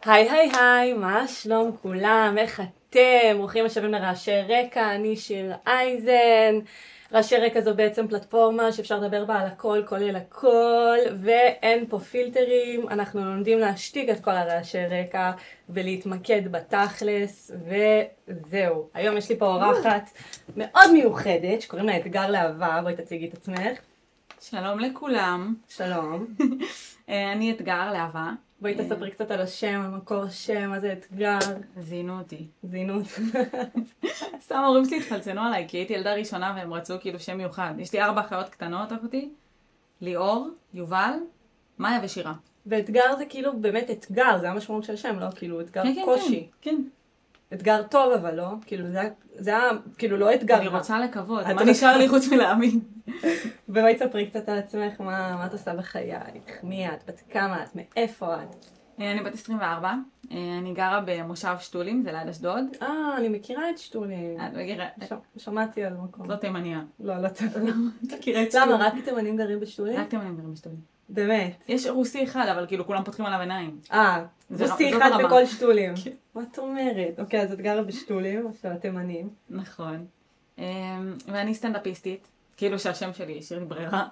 היי היי היי, מה שלום כולם? איך אתם? ברוכים השבים לרעשי רקע, אני שיר אייזן. רעשי רקע זו בעצם פלטפורמה שאפשר לדבר בה על הכל, כולל הכל, ואין פה פילטרים. אנחנו לומדים להשתיק את כל הרעשי רקע ולהתמקד בתכלס, וזהו. היום יש לי פה אורחת מאוד מיוחדת שקוראים לה אתגר להבה. בואי תציגי את עצמך. שלום לכולם. שלום. אני אתגר להבה. בואי תספרי קצת על השם, על מקור השם, מה זה אתגר. זינו אותי. זינות. סתם ההורים שלי התפלצנו עליי, כי הייתי ילדה ראשונה והם רצו כאילו שם מיוחד. יש לי 4 אחיות קטנות אחותי, ליאור, יובל, מאיה ושירה. ואתגר זה כאילו באמת אתגר, זה המשמעות של השם, לא? כאילו אתגר כן, קושי. כן. אתגר טוב אבל לא, כאילו זה היה כאילו לא אתגר. אני רוצה לקוות, מה נשאר לי חוץ מלהאמין? ובואי תספרי קצת על עצמך, מה את עושה בחייך, מי את, בת כמה את, מאיפה את? אני בת 24, אני גרה במושב שתולים, זה ליד אשדוד. אני מכירה את שתולים. את מכירה? שמעתי על מקום. לא תימניה. לא מכירה את שתולים. למה, רק תימנים גרים בשתולים? רק תימנים גרים בשתולים. באמת? יש רוסי אחד, אבל כאילו כולם פותחים עליו עיניים. רוסי אחד בכל שתולים. מה את אומרת? אוקיי, אז את גרה בשתולים, של התימנים. נכון. ואני סטנדאפיסטית, כאילו שהשם שלי השאיר לי ברירה.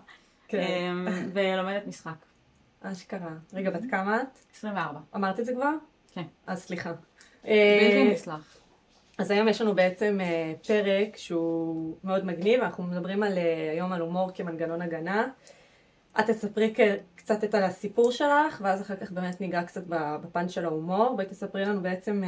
ולומדת משחק. אשכרה. רגע, בת כמה את? 24. אמרת את זה כבר? כן. אז סליחה. בלתי נסלח. אז היום יש לנו בעצם פרק שהוא מאוד מגניב, אנחנו מדברים היום על הומור כמנגנון הגנה. את תספרי קצת את הסיפור שלך, ואז אחר כך באמת ניגע קצת בפן של ההומור. בואי תספרי לנו בעצם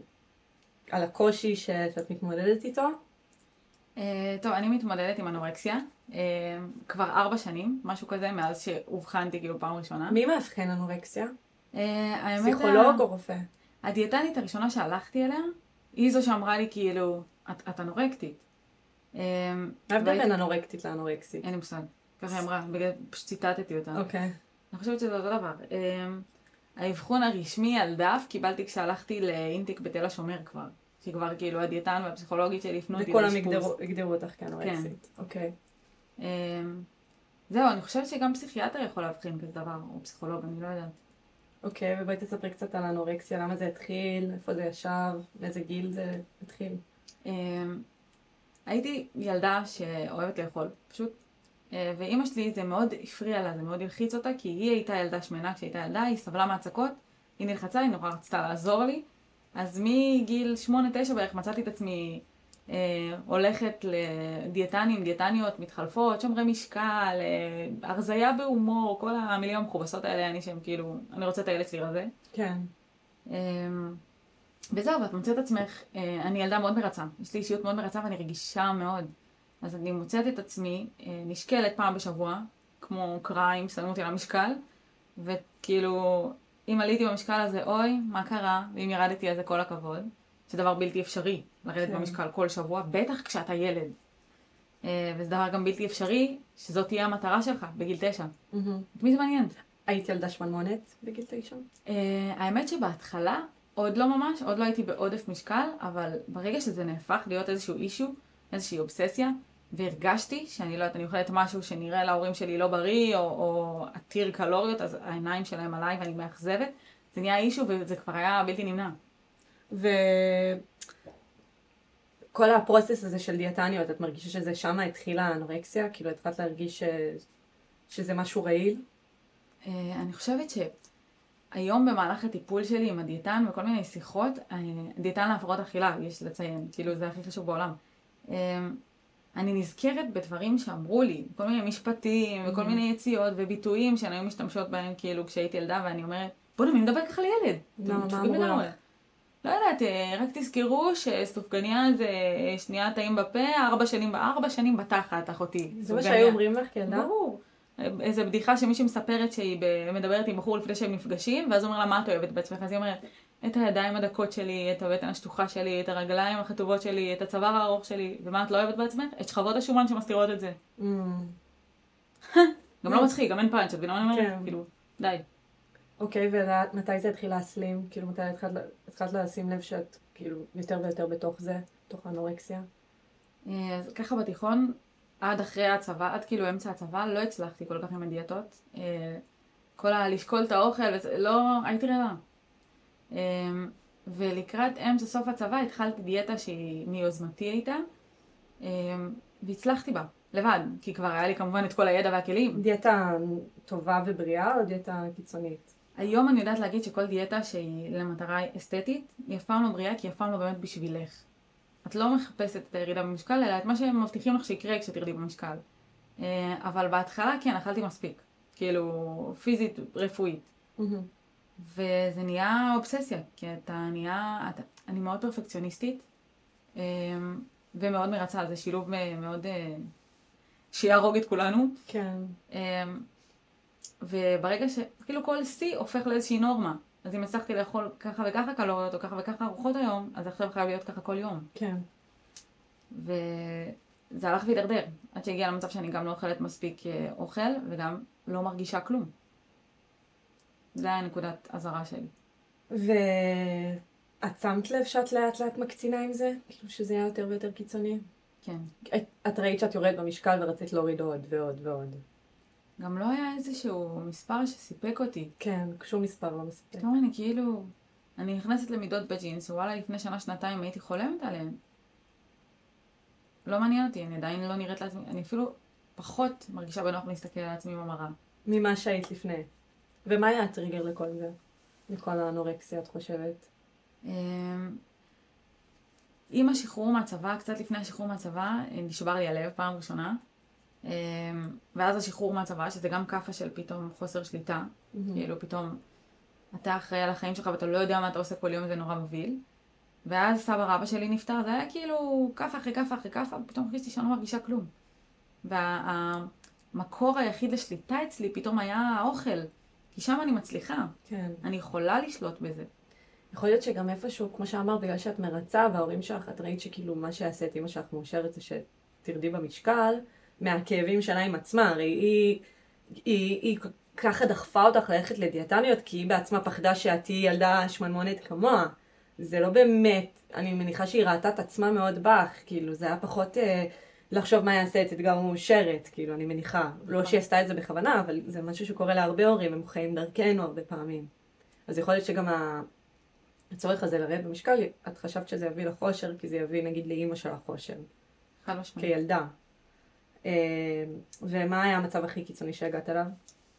על הקושי שאת מתמודדת איתו. טוב, אני מתמודדת עם אנורקסיה כבר 4 שנים, משהו כזה, מאז שהובחנתי כאילו פעם ראשונה. מי מאבחן אנורקסיה? פסיכולוג או רופא? הדיאטנית הראשונה שהלכתי אליה, היא זו שאמרה לי כאילו, את אנורקטית. מה ההבדל בין אנורקטית לאנורקסית? אין לי מושג. ככה היא אמרה, בגלל פשוט ציטטתי אותה. אוקיי. אני חושבת שזה אותו דבר. האבחון הרשמי על דף קיבלתי כשהלכתי לאינטק בתל השומר כבר. שכבר כאילו הדיאטן והפסיכולוגית שלי הפנו אותי לאשפוז. וכולם הגדירו אותך כאנורקסית. אוקיי. זהו, אני חושבת שגם פסיכיאטר יכול להבחין כזה דבר, או פסיכולוג, אני לא יודעת. אוקיי, ובואי תספרי קצת על האנורקסיה, למה זה התחיל, איפה זה ישב, מאיזה גיל זה התחיל. הייתי ילדה שאוהבת לאכול, פשוט. ואימא שלי זה מאוד הפריע לה, זה מאוד הלחיץ אותה, כי היא הייתה ילדה שמנה כשהייתה ילדה, היא סבלה מהצקות, היא נלחצה, היא נורא רצתה לעזור לי. אז מגיל 8-9 בערך מצאתי את עצמי הולכת לדיאטנים, דיאטניות, מתחלפות, שומרי משקל, הרזיה בהומור, כל המילים המכובסות האלה, אני רוצה את הילד שלי רזה. כן. וזהו, ואת מוצאת עצמך, אני ילדה מאוד מרצה, יש לי אישיות מאוד מרצה ואני רגישה מאוד. אז אני מוצאת את עצמי, נשקלת פעם בשבוע, כמו קריים, שמו אותי למשקל, וכאילו, אם עליתי במשקל הזה, אוי, מה קרה? ואם ירדתי אז זה כל הכבוד. זה דבר בלתי אפשרי, לרדת במשקל כל שבוע, בטח כשאתה ילד. וזה דבר גם בלתי אפשרי, שזאת תהיה המטרה שלך בגיל 9. את מי זה מעניין? היית ילדה שמנמונת בגיל 9? האמת שבהתחלה, עוד לא ממש, עוד לא הייתי בעודף משקל, אבל ברגע שזה נהפך להיות איזשהו אישו, איזושהי אובססיה, והרגשתי שאני לא יודעת, אני אוכלת משהו שנראה להורים שלי לא בריא, או עתיר קלוריות, אז העיניים שלהם עליי ואני מאכזבת, זה נהיה אישו וזה כבר היה בלתי נמנע. וכל הפרוסס הזה של דיאטניות, את מרגישה שזה שמה התחילה האנורקסיה? כאילו התחלת להרגיש שזה משהו רעיל? אני חושבת שהיום במהלך הטיפול שלי עם הדיאטן וכל מיני שיחות, דיאטן להפרעות אכילה, יש לציין, כאילו זה הכי חשוב בעולם. אני נזכרת בדברים שאמרו לי, כל מיני משפטים וכל מיני יציאות וביטויים שאני היו משתמשות בהם כאילו כשהייתי ילדה, ואני אומרת, בואו נמי מדבר ככה לילד. מה אמרו לך? לא יודעת, רק תזכרו שסופגניה זה שנייה טעים בפה, 4 שנים בתחת, אחותי. זה מה שהיו אומרים לך כילדה? ברור. איזו בדיחה שמישהי מספרת שהיא מדברת עם בחור לפני שהם נפגשים, ואז הוא אומר לה, מה את אוהבת בעצמך? אז היא אומרת, את הידיים הדקות שלי, את הבטן השטוחה שלי, את הרגליים החטובות שלי, את הצוואר הארוך שלי, ומה את לא אוהבת בעצמך? את שכבות השומן שמסתירות את זה. גם לא מצחיק, גם אין פאנץ', את מבינה מה אני אומרת? כאילו, די. אוקיי, ומתי זה התחיל להסלים? כאילו, מתי התחלת לשים לב שאת כאילו יותר ויותר בתוך זה, בתוך האנורקסיה? אז ככה בתיכון, עד אחרי הצבא, עד כאילו אמצע הצבא, לא הצלחתי כל כך עם הדיאטות. כל לשקול את האוכל, לא, הייתי רעבה. ולקראת אמצע סוף הצבא התחלתי דיאטה שהיא מיוזמתי הייתה, והצלחתי בה, לבד, כי כבר היה לי כמובן את כל הידע והכלים. דיאטה טובה ובריאה או דיאטה קיצונית? היום אני יודעת להגיד שכל דיאטה שהיא למטרה אסתטית, היא אף פעם לא בריאה, כי היא אף פעם לא באמת בשבילך. את לא מחפשת את הירידה במשקל, אלא את מה שהם מבטיחים לך שיקרה כשתרדי במשקל. אבל בהתחלה כן, אכלתי מספיק. כאילו, פיזית, רפואית. וזה נהיה אובססיה, כי אני מאוד פרפקציוניסטית, ומאוד מרצה, זה שילוב מאוד שיהרוג את כולנו. כן. וברגע כאילו כל שיא הופך לאיזושהי נורמה. אז אם הצלחתי לאכול ככה וככה קלוריות, או ככה וככה ארוחות היום, אז עכשיו חייב להיות ככה כל יום. כן. וזה הלך והידרדר, עד שהגיע למצב שאני גם לא אוכלת מספיק אוכל, וגם לא מרגישה כלום. זה היה נקודת הזרה שלי. ואת שמת לב שאת לאט לאט מקצינה עם זה? כאילו שזה היה יותר ויותר קיצוני? כן. את ראית שאת יורדת במשקל ורצית להוריד עוד ועוד ועוד. גם לא היה איזשהו מספר שסיפק אותי. כן, שום מספר לא מספק. פתאום אני נכנסת למידות בג'ינס, וואלה, לפני שנה-שנתיים הייתי חולמת עליהן. לא מעניין אותי, אני עדיין לא נראית לעצמי, אני אפילו פחות מרגישה בנוח להסתכל על עצמי במראה. ממה שהיית לפני. ומה היה הטריגר לכל זה? לכל האנורקסיה, את חושבת? עם השחרור מהצבא, קצת לפני השחרור מהצבא, נשבר לי הלב פעם ראשונה. ואז השחרור מהצבא, שזה גם קפה של פתאום חוסר שליטה. כאילו פתאום אתה אחראי על החיים שלך ואתה לא יודע מה אתה עושה כל יום, זה נורא מוביל. ואז סבא רבא שלי נפטר, זה היה כאילו קפה אחרי קפה אחרי קפה, ופתאום חשבתי שאני לא מרגישה כלום. והמקור היחיד לשליטה אצלי פתאום היה האוכל. כי שם אני מצליחה. כן. אני יכולה לשלוט בזה. יכול להיות שגם איפשהו, כמו שאמרת, בגלל שאת מרצה, וההורים שלך, את ראית שכאילו מה שיעשה את אמא שלך מאושרת זה שתרדי במשקל, מהכאבים שלה עם עצמה. הרי היא ככה דחפה אותך ללכת לדיאטניות, כי היא בעצמה פחדה שאת תהיי ילדה שמנמונת כמוה. זה לא באמת, אני מניחה שהיא ראתה את עצמה מאוד בך, כאילו זה היה פחות לחשוב מה יעשה את אתגר מאושרת, כאילו אני מניחה. לא שהיא עשתה את זה בכוונה, אבל זה משהו שקורה להרבה הורים, הם חיים דרכנו הרבה פעמים. אז יכול להיות שגם הצורך הזה לרדת במשקל, את חשבת שזה יביא לך אושר, כי זה יביא נגיד לאמא שלך אושר. חד משמעית. כילדה. ומה היה המצב הכי קיצוני שהגעת אליו?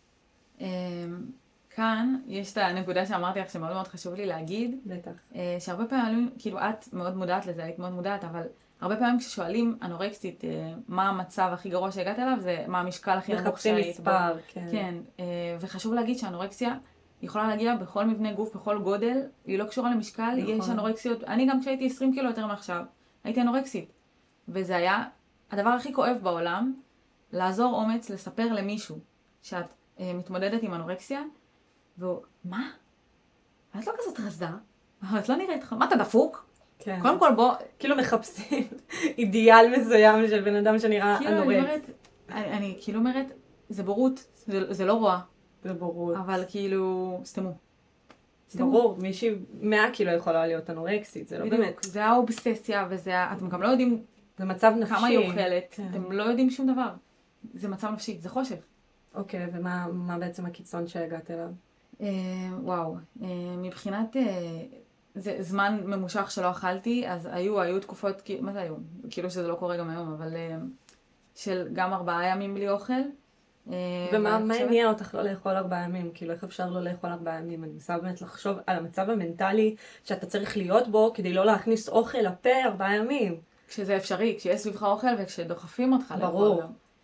כאן יש את הנקודה שאמרתי לך שמאוד מאוד חשוב לי להגיד. בטח. שהרבה פעמים, כאילו את מאוד מודעת לזה, היית מאוד מודעת, אבל הרבה פעמים כששואלים אנורקסית מה המצב הכי גרוע שהגעת אליו, זה מה המשקל הכי נמוך שהיית בו. מספר, כן. כן, וחשוב להגיד שאנורקסיה יכולה להגיע בכל מבנה גוף, בכל גודל, היא לא קשורה למשקל, נכון. יש אנורקסיות, אני גם כשהייתי 20 קילו יותר מעכשיו, הייתי אנורקסית. וזה היה הדבר הכי כואב בעולם, לעזור אומץ, לספר למישהו שאת מתמודדת עם אנורקסיה, והוא, מה? את לא כזאת רזה? את לא נראית, מה אתה דפוק? כן. קודם כל בוא, כאילו מחפשים אידיאל מסוים של בן אדם שנראה כאילו אנורקס. אני כאילו אומרת, זה בורות, זה לא רוע. זה בורות. אבל כאילו, סתמו. ברור, מישהי 100 קילו יכולה להיות אנורקסית, זה לא באמת. בדיוק, זה האובססיה וזה, אתם גם לא יודעים זה מצב נפשי. כמה היא אוכלת, כן. אתם לא יודעים שום דבר. זה מצב נפשי, זה חושך. אוקיי, ומה בעצם הקיצון שהגעת אליו? וואו, מבחינת זה זמן ממושך שלא אכלתי, אז היו תקופות, מה זה היו? כאילו שזה לא קורה גם היום, אבל של גם 4 ימים בלי אוכל. ומה הניע אותך לא לאכול 4 ימים? כאילו איך אפשר לא לאכול 4 ימים? אני מנסה באמת לחשוב על המצב המנטלי שאתה צריך להיות בו כדי לא להכניס אוכל לפה 4 ימים. כשזה אפשרי, כשיש סביבך אוכל וכשדוחפים אותך לאכול. ברור.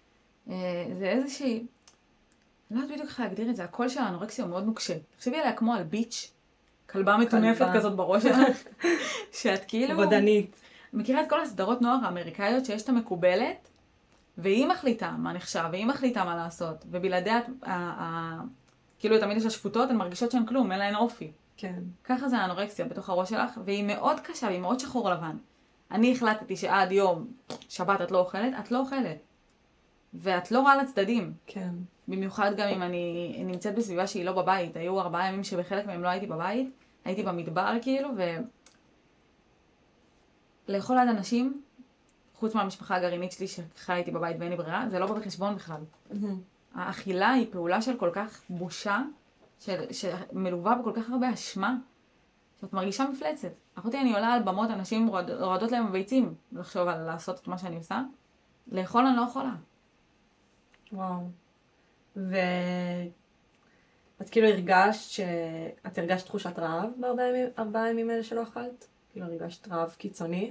זה איזושהי, לא יודעת בדיוק איך להגדיר את זה, הקול של האנורקסיה הוא מאוד נוקשה. תחשבי עליה כמו על ביץ', כלבה מטונפת כזאת בראש שלך, שאת כאילו... רודנית. מכירה את כל הסדרות נוער האמריקאיות שיש את המקובלת, והיא מחליטה מה נחשב, והיא מחליטה מה לעשות, ובלעדיה, כאילו תמיד יש השפוטות, הן מרגישות שהן כלום, אין להן אופי. כן. ככה זה האנורקסיה בתוך הראש שלך, והיא מאוד קשה, והיא מאוד שחור לבן. אני החלטתי שעד יום שבת את לא אוכלת, את לא אוכלת. ואת לא רואה לצדדים. כן. במיוחד גם אם אני נמצאת בסביבה שהיא לא בבית. היו 4 ימים שבחלק מהם לא הייתי בבית, הייתי במדבר כאילו, לאכול עד אנשים, חוץ מהמשפחה הגרעינית שלי שחיה איתי בבית ואין לי ברירה, זה לא בא בחשבון בכלל. האכילה היא פעולה של כל כך בושה, שמלווה בכל כך הרבה אשמה, ואת מרגישה מפלצת. אחותי, אני עולה על במות, אנשים רועדות להם ביצים לחשוב על לעשות את מה שאני עושה. לאכול אני לא יכולה. וואו. את כאילו את הרגשת תחושת רעב בארבעה ימים האלה שלא אכלת? כאילו הרגשת רעב קיצוני?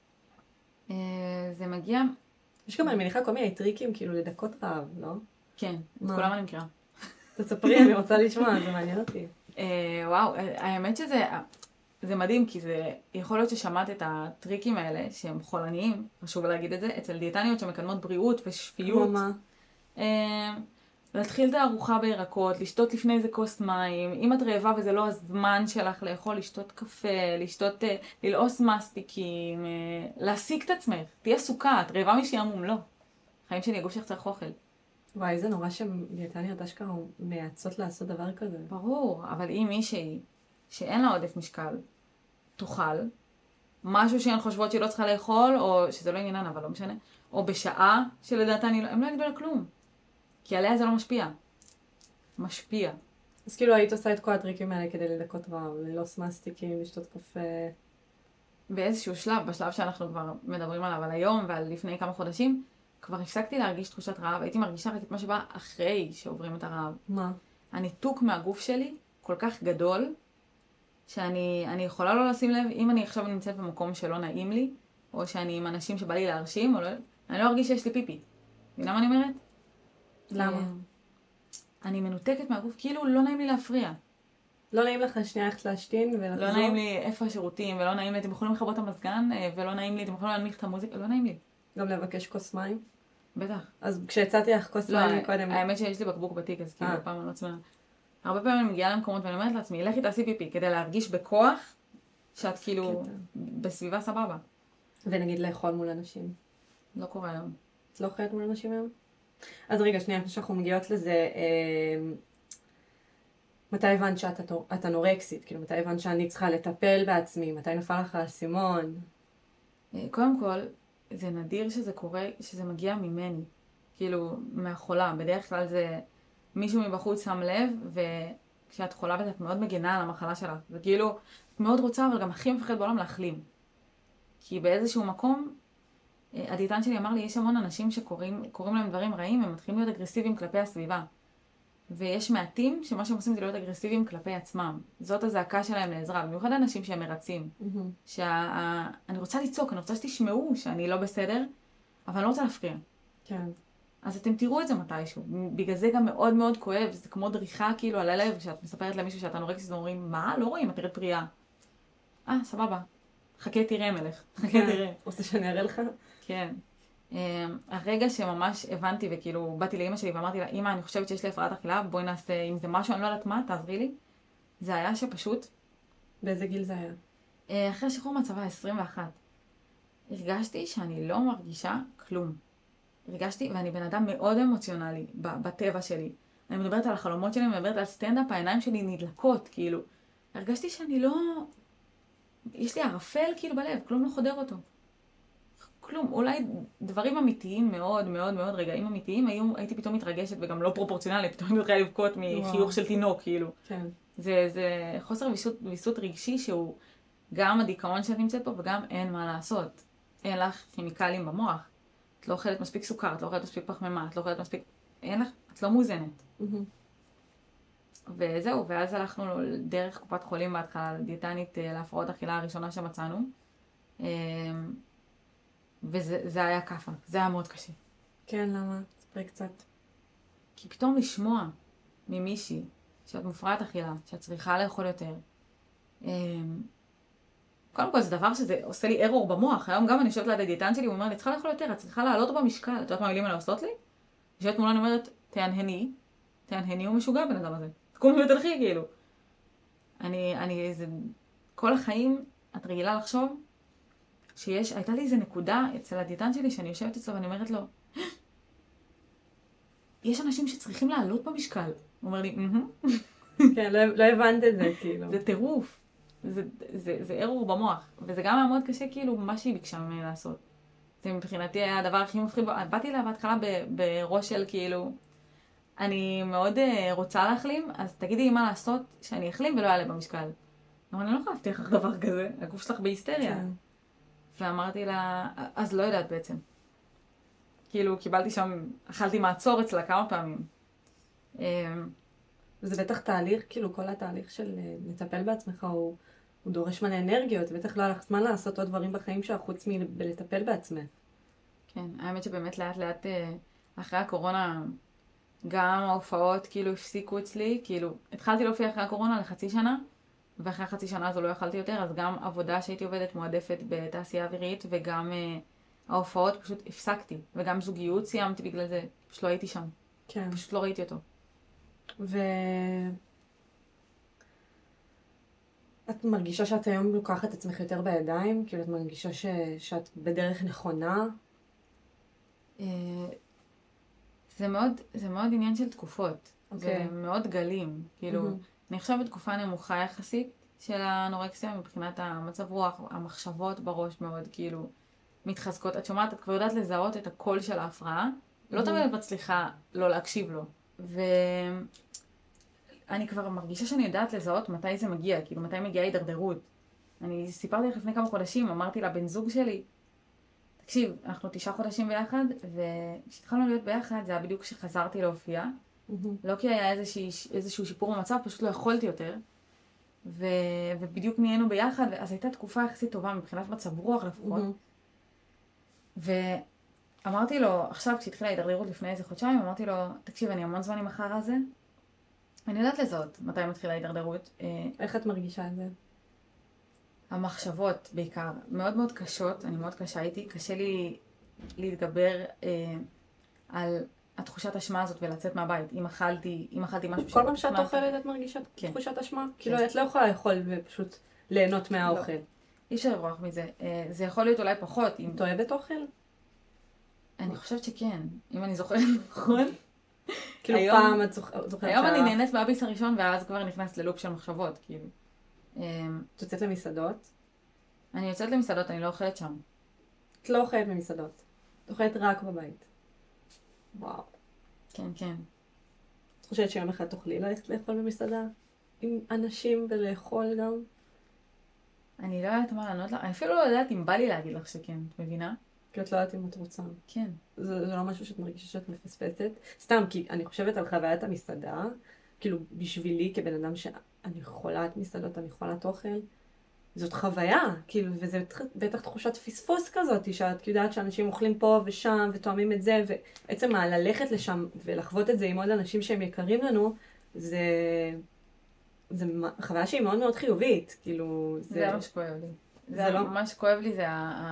זה מגיע... יש גם, אני מניחה, כל מיני טריקים כאילו לדכות רעב, לא? כן, את מה? כולם אני מכירה. תספרי, אני רוצה לשמוע, זה מעניין אותי. וואו, האמת שזה מדהים, כי זה יכול להיות ששמעת את הטריקים האלה, שהם חולניים, חשוב להגיד את זה, אצל דיאטניות שמקדמות בריאות ושפיות. כמו מה? להתחיל את הארוחה בירקות, לשתות לפני איזה כוס מים, אם את רעבה וזה לא הזמן שלך לאכול, לשתות קפה, ללעוס מסטיקים, להשיג את עצמך, תהיה עסוקה, את רעבה משעמום, לא. חיים שלי, הגוף שלך צריך אוכל. וואי, זה נורא שדיאטניות אשכרה מייעצות לעשות דבר כזה. ברור, אבל אם מישהי שאין לה עודף משקל, תאכל, משהו שהן חושבות שהיא לא צריכה לאכול, או שזה לא עניינן, אבל לא משנה, או בשעה שלדעתן הם לא יגידו לה כלום. כי עליה זה לא משפיע. משפיע. אז כאילו היית עושה את כל הטריקים האלה כדי לדכות רעב, ללעוס מסטיקים, לשתות קפה. באיזשהו שלב, בשלב שאנחנו כבר מדברים עליו על היום ועל לפני כמה חודשים, כבר הפסקתי להרגיש תחושת רעב, הייתי מרגישה רק את מה שבא אחרי שעוברים את הרעב. מה? הניתוק מהגוף שלי כל כך גדול, שאני יכולה לא לשים לב, אם אני עכשיו נמצאת במקום שלא נעים לי, או שאני עם אנשים שבא לי להרשים, או לא, אני לא ארגיש שיש לי פיפי. מבינה מה אני אומרת? למה? אני מנותקת מהגוף, כאילו לא נעים לי להפריע. לא נעים לך שנייה ללכת להשתין ולחזור? לא נעים לי איפה השירותים, ולא נעים לי, אתם יכולים לכבות את המזגן, ולא נעים לי, אתם יכולים להנמיך את המוזיקה, לא נעים לי. גם לבקש כוס מים? בטח. אז כשהצעתי לך כוס מים קודם... האמת שיש לי בקבוק בתיק, אז כאילו פעם אני לא עצמה. הרבה פעמים אני מגיעה למקומות ואני אומרת לעצמי, לכי תעשי פיפי, כדי להרגיש בכוח שאת כאילו בסביבה סבבה. ונגיד לאכול מול אנשים. לא קורה היום. את לא אוכלת מול אנשים היום? אז רגע, שנייה, שאנחנו מגיעות לזה, מתי הבנת שאת אנורקסית? כאילו, מתי הבנת שאני צריכה לטפל בעצמי? מתי נפל לך האסימון? קודם כל, זה נדיר שזה קורה, שזה מגיע ממני. כאילו, מהחולה. בדרך כלל זה מישהו מבחוץ שם לב, וכשאת חולה ואת מאוד מגנה על המחלה שלך. וכאילו, את מאוד רוצה, אבל גם הכי מפחד בעולם להחלים. כי באיזשהו מקום, הדיאטן שלי אמר לי, יש המון אנשים שקוראים להם דברים רעים, הם מתחילים להיות אגרסיביים כלפי הסביבה. ויש מעטים שמה שהם עושים זה להיות אגרסיביים כלפי עצמם. זאת הזעקה שלהם לעזרה. במיוחד אנשים שהם מרצים. אני רוצה לצעוק, אני רוצה שתשמעו שאני לא בסדר, אבל אני לא רוצה להפריע. כן. אז אתם תראו את זה מתישהו. בגלל זה גם מאוד מאוד כואב. זה כמו דריכה כאילו על הלב, כשאת מספרת למישהו שאתה אנורקסית ואומרים, מה? לא רואים, את נראית בריאה. סבבה. חכה תראה מלך. חכה תראה. רוצה שאני אראה לך? כן. הרגע שממש הבנתי וכאילו באתי לאמא שלי ואמרתי לה, אמא, אני חושבת שיש לי הפרעת אכילה, בואי נעשה, אם זה משהו, אני לא יודעת מה, תעזרי לי. זה היה שפשוט... באיזה גיל זה היה? אחרי שחרור מהצבא, 21. הרגשתי שאני לא מרגישה כלום. הרגשתי, ואני בן אדם מאוד אמוציונלי בטבע שלי. אני מדברת על החלומות שלי, אני מדברת על סטנדאפ, העיניים שלי נדלקות, כאילו. הרגשתי שאני לא... יש לי ערפל כאילו בלב, כלום לא חודר אותו. כלום, אולי דברים אמיתיים מאוד מאוד מאוד, רגעים אמיתיים, הייתי פתאום מתרגשת וגם לא פרופורציונלי, פתאום אני מתחילה לבכות מחיוך של תינוק, כאילו. כן. זה חוסר ויסות רגשי שהוא גם הדיכאון שאת נמצאת פה וגם אין מה לעשות. אין לך כימיקלים במוח. את לא אוכלת מספיק סוכר, את לא אוכלת מספיק פחמימה, את לא אוכלת מספיק... אין לך, את לא מוזנת. וזהו, ואז הלכנו דרך קופת חולים בהתחלה, דיאטנית להפרעות אכילה הראשונה שמצאנו. וזה היה כפה, זה היה מאוד קשה. כן, למה? תספרי קצת. כי פתאום לשמוע ממישהי שאת מופרעת אכילה, שאת צריכה לאכול יותר, קודם כל זה דבר שזה עושה לי ארור במוח. היום גם אני יושבת ליד הדיאטן שלי, הוא אומר לי, צריכה לאכול יותר, את צריכה לעלות במשקל. את יודעת מה המילים האלה עושות לי? יושבת מולה, אני אומרת, תהנהני הוא משוגע בן אדם הזה. תקומי ותלכי, כאילו. כל החיים את רגילה לחשוב הייתה לי איזה נקודה אצל הדיאטן שלי שאני יושבת אצלו ואני אומרת לו, יש אנשים שצריכים לעלות במשקל. הוא אומר לי, כן, לא הבנת את זה, כאילו. זה טירוף. זה ארור במוח. וזה גם היה מאוד קשה, כאילו, מה שהיא ביקשה ממני לעשות. זה מבחינתי היה הדבר הכי מפחיד. באתי לה בהתחלה בראש של, כאילו, אני מאוד רוצה להחלים, אז תגידי לי מה לעשות שאני אחלים ולא אעלה במשקל. אבל אני לא יכולה להבטיח לך דבר כזה, הגוף שלך בהיסטריה. כן. ואמרתי לה, אז לא יודעת בעצם. כאילו, קיבלתי שם, אכלתי מעצור אצלה כמה פעמים. וזה בטח תהליך, כאילו כל התהליך של לטפל בעצמך הוא דורש מלא אנרגיות, בטח לא היה לך זמן לעשות עוד דברים בחיים שלך חוץ מלטפל בעצמך. כן, האמת שבאמת לאט לאט אחרי הקורונה, גם ההופעות כאילו הפסיקו אצלי, כאילו, התחלתי להופיע אחרי הקורונה לחצי שנה, ואחרי חצי שנה הזו לא יכלתי יותר, אז גם עבודה שהייתי עובדת מועדפת בתעשייה אווירית, וגם ההופעות פשוט הפסקתי, וגם זוגיות סיימתי בגלל זה, פשוט לא הייתי שם, כן. פשוט לא ראיתי אותו. את מרגישה שאת היום לוקחת את עצמך יותר בידיים? כאילו את מרגישה שאת בדרך נכונה? אה, זה מאוד עניין של תקופות, זה מאוד גלים, כאילו, אני עכשיו בתקופה נמוכה יחסית של האנורקסיה מבחינת המצב רוח, המחשבות בראש מאוד כאילו מתחזקות, את שומעת, את כבר יודעת לזהות את הקול של ההפרעה, לא תמיד את מצליחה לא להקשיב לו, ואני כבר מרגישה שאני יודעת לזהות מתי זה מגיע, כאילו מתי מגיעה הידרדרות. אני סיפרתי לך לפני כמה חודשים, אמרתי לבן זוג שלי, תקשיב, אנחנו 9 חודשים ביחד, וכשהתחלנו להיות ביחד, זה היה בדיוק כשחזרתי להופיע. לא כי היה איזשהו שיפור במצב, פשוט לא יכולתי יותר. ובדיוק נהיינו ביחד, אז הייתה תקופה יחסית טובה מבחינת מצב רוח לפחות. ואמרתי לו, עכשיו כשהתחילה ההידרדרות לפני איזה חודשיים, אמרתי לו, תקשיב, אני המון זמן עם החרא הזה. אני יודעת לזהות מתי מתחילה ההידרדרות. איך את מרגישה את זה? המחשבות בעיקר מאוד מאוד קשות, אני מאוד קשה איתי, קשה לי להתגבר על התחושת אשמה הזאת ולצאת מהבית. אם אכלתי משהו... כל פעם שאת אוכלת את מרגישה תחושת אשמה? כאילו את לא יכולה לאכול ופשוט ליהנות מהאוכל. אי אפשר לברוח מזה. זה יכול להיות אולי פחות. את אוהבת אוכל? אני חושבת שכן, אם אני זוכרת נכון. כאילו פעם את זוכרת היום אני נהנית מהביס הראשון ואז כבר נכנסת ללופ של מחשבות, כאילו. את יוצאת למסעדות? אני יוצאת למסעדות, אני לא אוכלת שם. את לא אוכלת במסעדות. את אוכלת רק בבית. וואו. כן, כן. את חושבת שיום אחד תוכלי ללכת לאכול במסעדה? עם אנשים ולאכול גם? אני לא יודעת מה לענות לך. אני אפילו לא יודעת אם בא לי להגיד לך שכן, את מבינה? כי את לא יודעת אם את רוצה. כן. זה לא משהו שאת מרגישה שאת מפספסת. סתם, כי אני חושבת על חוויית המסעדה, כאילו בשבילי כבן אדם שאני חולת מסעדות, אני חולת אוכל, זאת חוויה, כאילו, וזה בטח תחושת פספוס כזאת, שאת יודעת שאנשים אוכלים פה ושם ותואמים את זה, ועצם ללכת לשם ולחוות את זה עם עוד אנשים שהם יקרים לנו, זה חוויה שהיא מאוד מאוד חיובית, כאילו, זה מה שכואב לי. זה לא... מה שכואב לי זה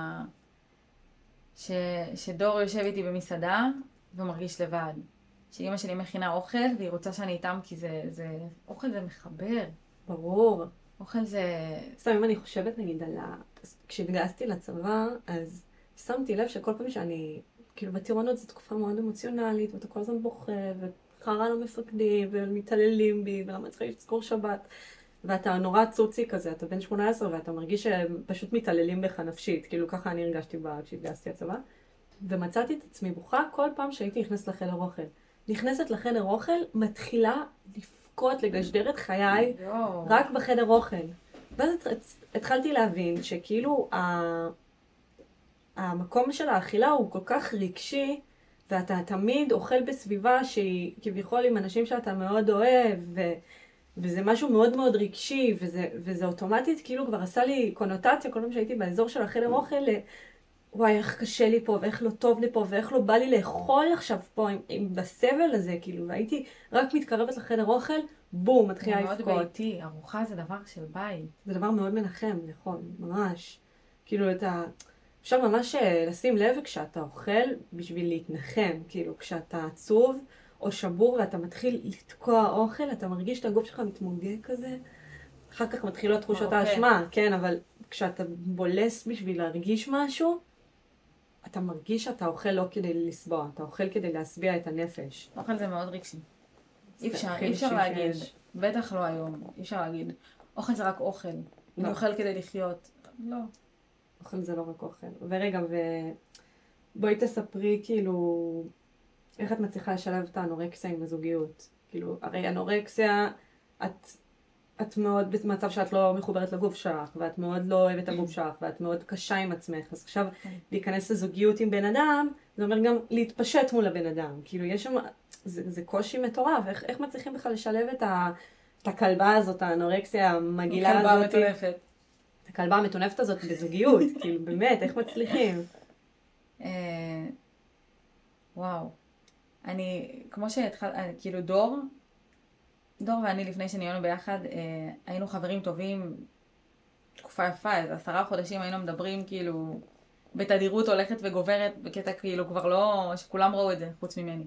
שדור יושב איתי במסעדה ומרגיש לבד. שאמא שלי מכינה אוכל והיא רוצה שאני איתם כי אוכל זה מחבר. ברור. אוכל זה... סתם, אם אני חושבת נגיד כשהתגייסתי לצבא, אז שמתי לב שכל פעם שאני, כאילו בטירונות זו תקופה מאוד אמוציונלית, ואתה כל הזמן בוכה, וחרא למפקדים, ומתעללים בי, ולמה צריך לזכור שבת. ואתה נורא צוצי כזה, אתה בן 18 ואתה מרגיש שהם פשוט מתעללים בך נפשית, כאילו ככה אני הרגשתי כשהתגייסתי לצבא. ומצאתי את עצמי בוכה כל פעם שהייתי נכנסת לחדר אוכל. נכנסת לחדר אוכל, מתחילה לבכות, לגשדר את חיי, רק בחדר אוכל. ואז התחלתי להבין שכאילו המקום של האכילה הוא כל כך רגשי, ואתה תמיד אוכל בסביבה שהיא כביכול עם אנשים שאתה מאוד אוהב, וזה משהו מאוד מאוד רגשי, וזה אוטומטית כאילו כבר עשה לי קונוטציה, כל פעם שהייתי באזור של החדר אוכל, וואי, איך קשה לי פה, ואיך לא טוב לי פה, ואיך לא בא לי לאכול עכשיו פה בסבל הזה, כאילו, והייתי רק מתקרבת לחדר אוכל, בום, מתחילה לבכות. זה מאוד ביתי, ארוחה זה דבר של בית. זה דבר מאוד מנחם, נכון, ממש. כאילו, אפשר ממש לשים לב כשאתה אוכל בשביל להתנחם, כאילו, כשאתה עצוב או שבור ואתה מתחיל לתקוע אוכל, אתה מרגיש את הגוף שלך מתמוגג כזה, אחר כך מתחילות תחושות האשמה, כן, אבל כשאתה בולס בשביל להרגיש משהו, אתה מרגיש שאתה אוכל לא כדי לסבוע, אתה אוכל כדי להשביע את הנפש. אוכל זה מאוד רגשי. אי אפשר להגיד, בטח לא היום, אי אפשר להגיד, אוכל זה רק אוכל, אני אוכל כדי לחיות. לא. אוכל זה לא רק אוכל. ורגע, בואי תספרי כאילו, איך את מצליחה לשלב את האנורקסיה עם הזוגיות? כאילו, הרי אנורקסיה, את את מאוד במצב שאת לא מחוברת לגוף שלך, ואת מאוד לא אוהבת את הגוף שלך, ואת מאוד קשה עם עצמך. אז עכשיו להיכנס לזוגיות עם בן אדם, זה אומר גם להתפשט מול הבן אדם. כאילו יש שם, זה קושי מטורף. איך מצליחים בכלל לשלב את הכלבה הזאת, האנורקסיה המגעילה הזאת? הכלבה המטונפת. את הכלבה המטונפת הזאת בזוגיות. כאילו באמת, איך מצליחים? וואו. אני, כמו כאילו דור ואני לפני שנהיינו ביחד, היינו חברים טובים תקופה יפה, איזה 10 חודשים היינו מדברים כאילו בתדירות הולכת וגוברת, בקטע כאילו כבר לא, שכולם ראו את זה חוץ ממני.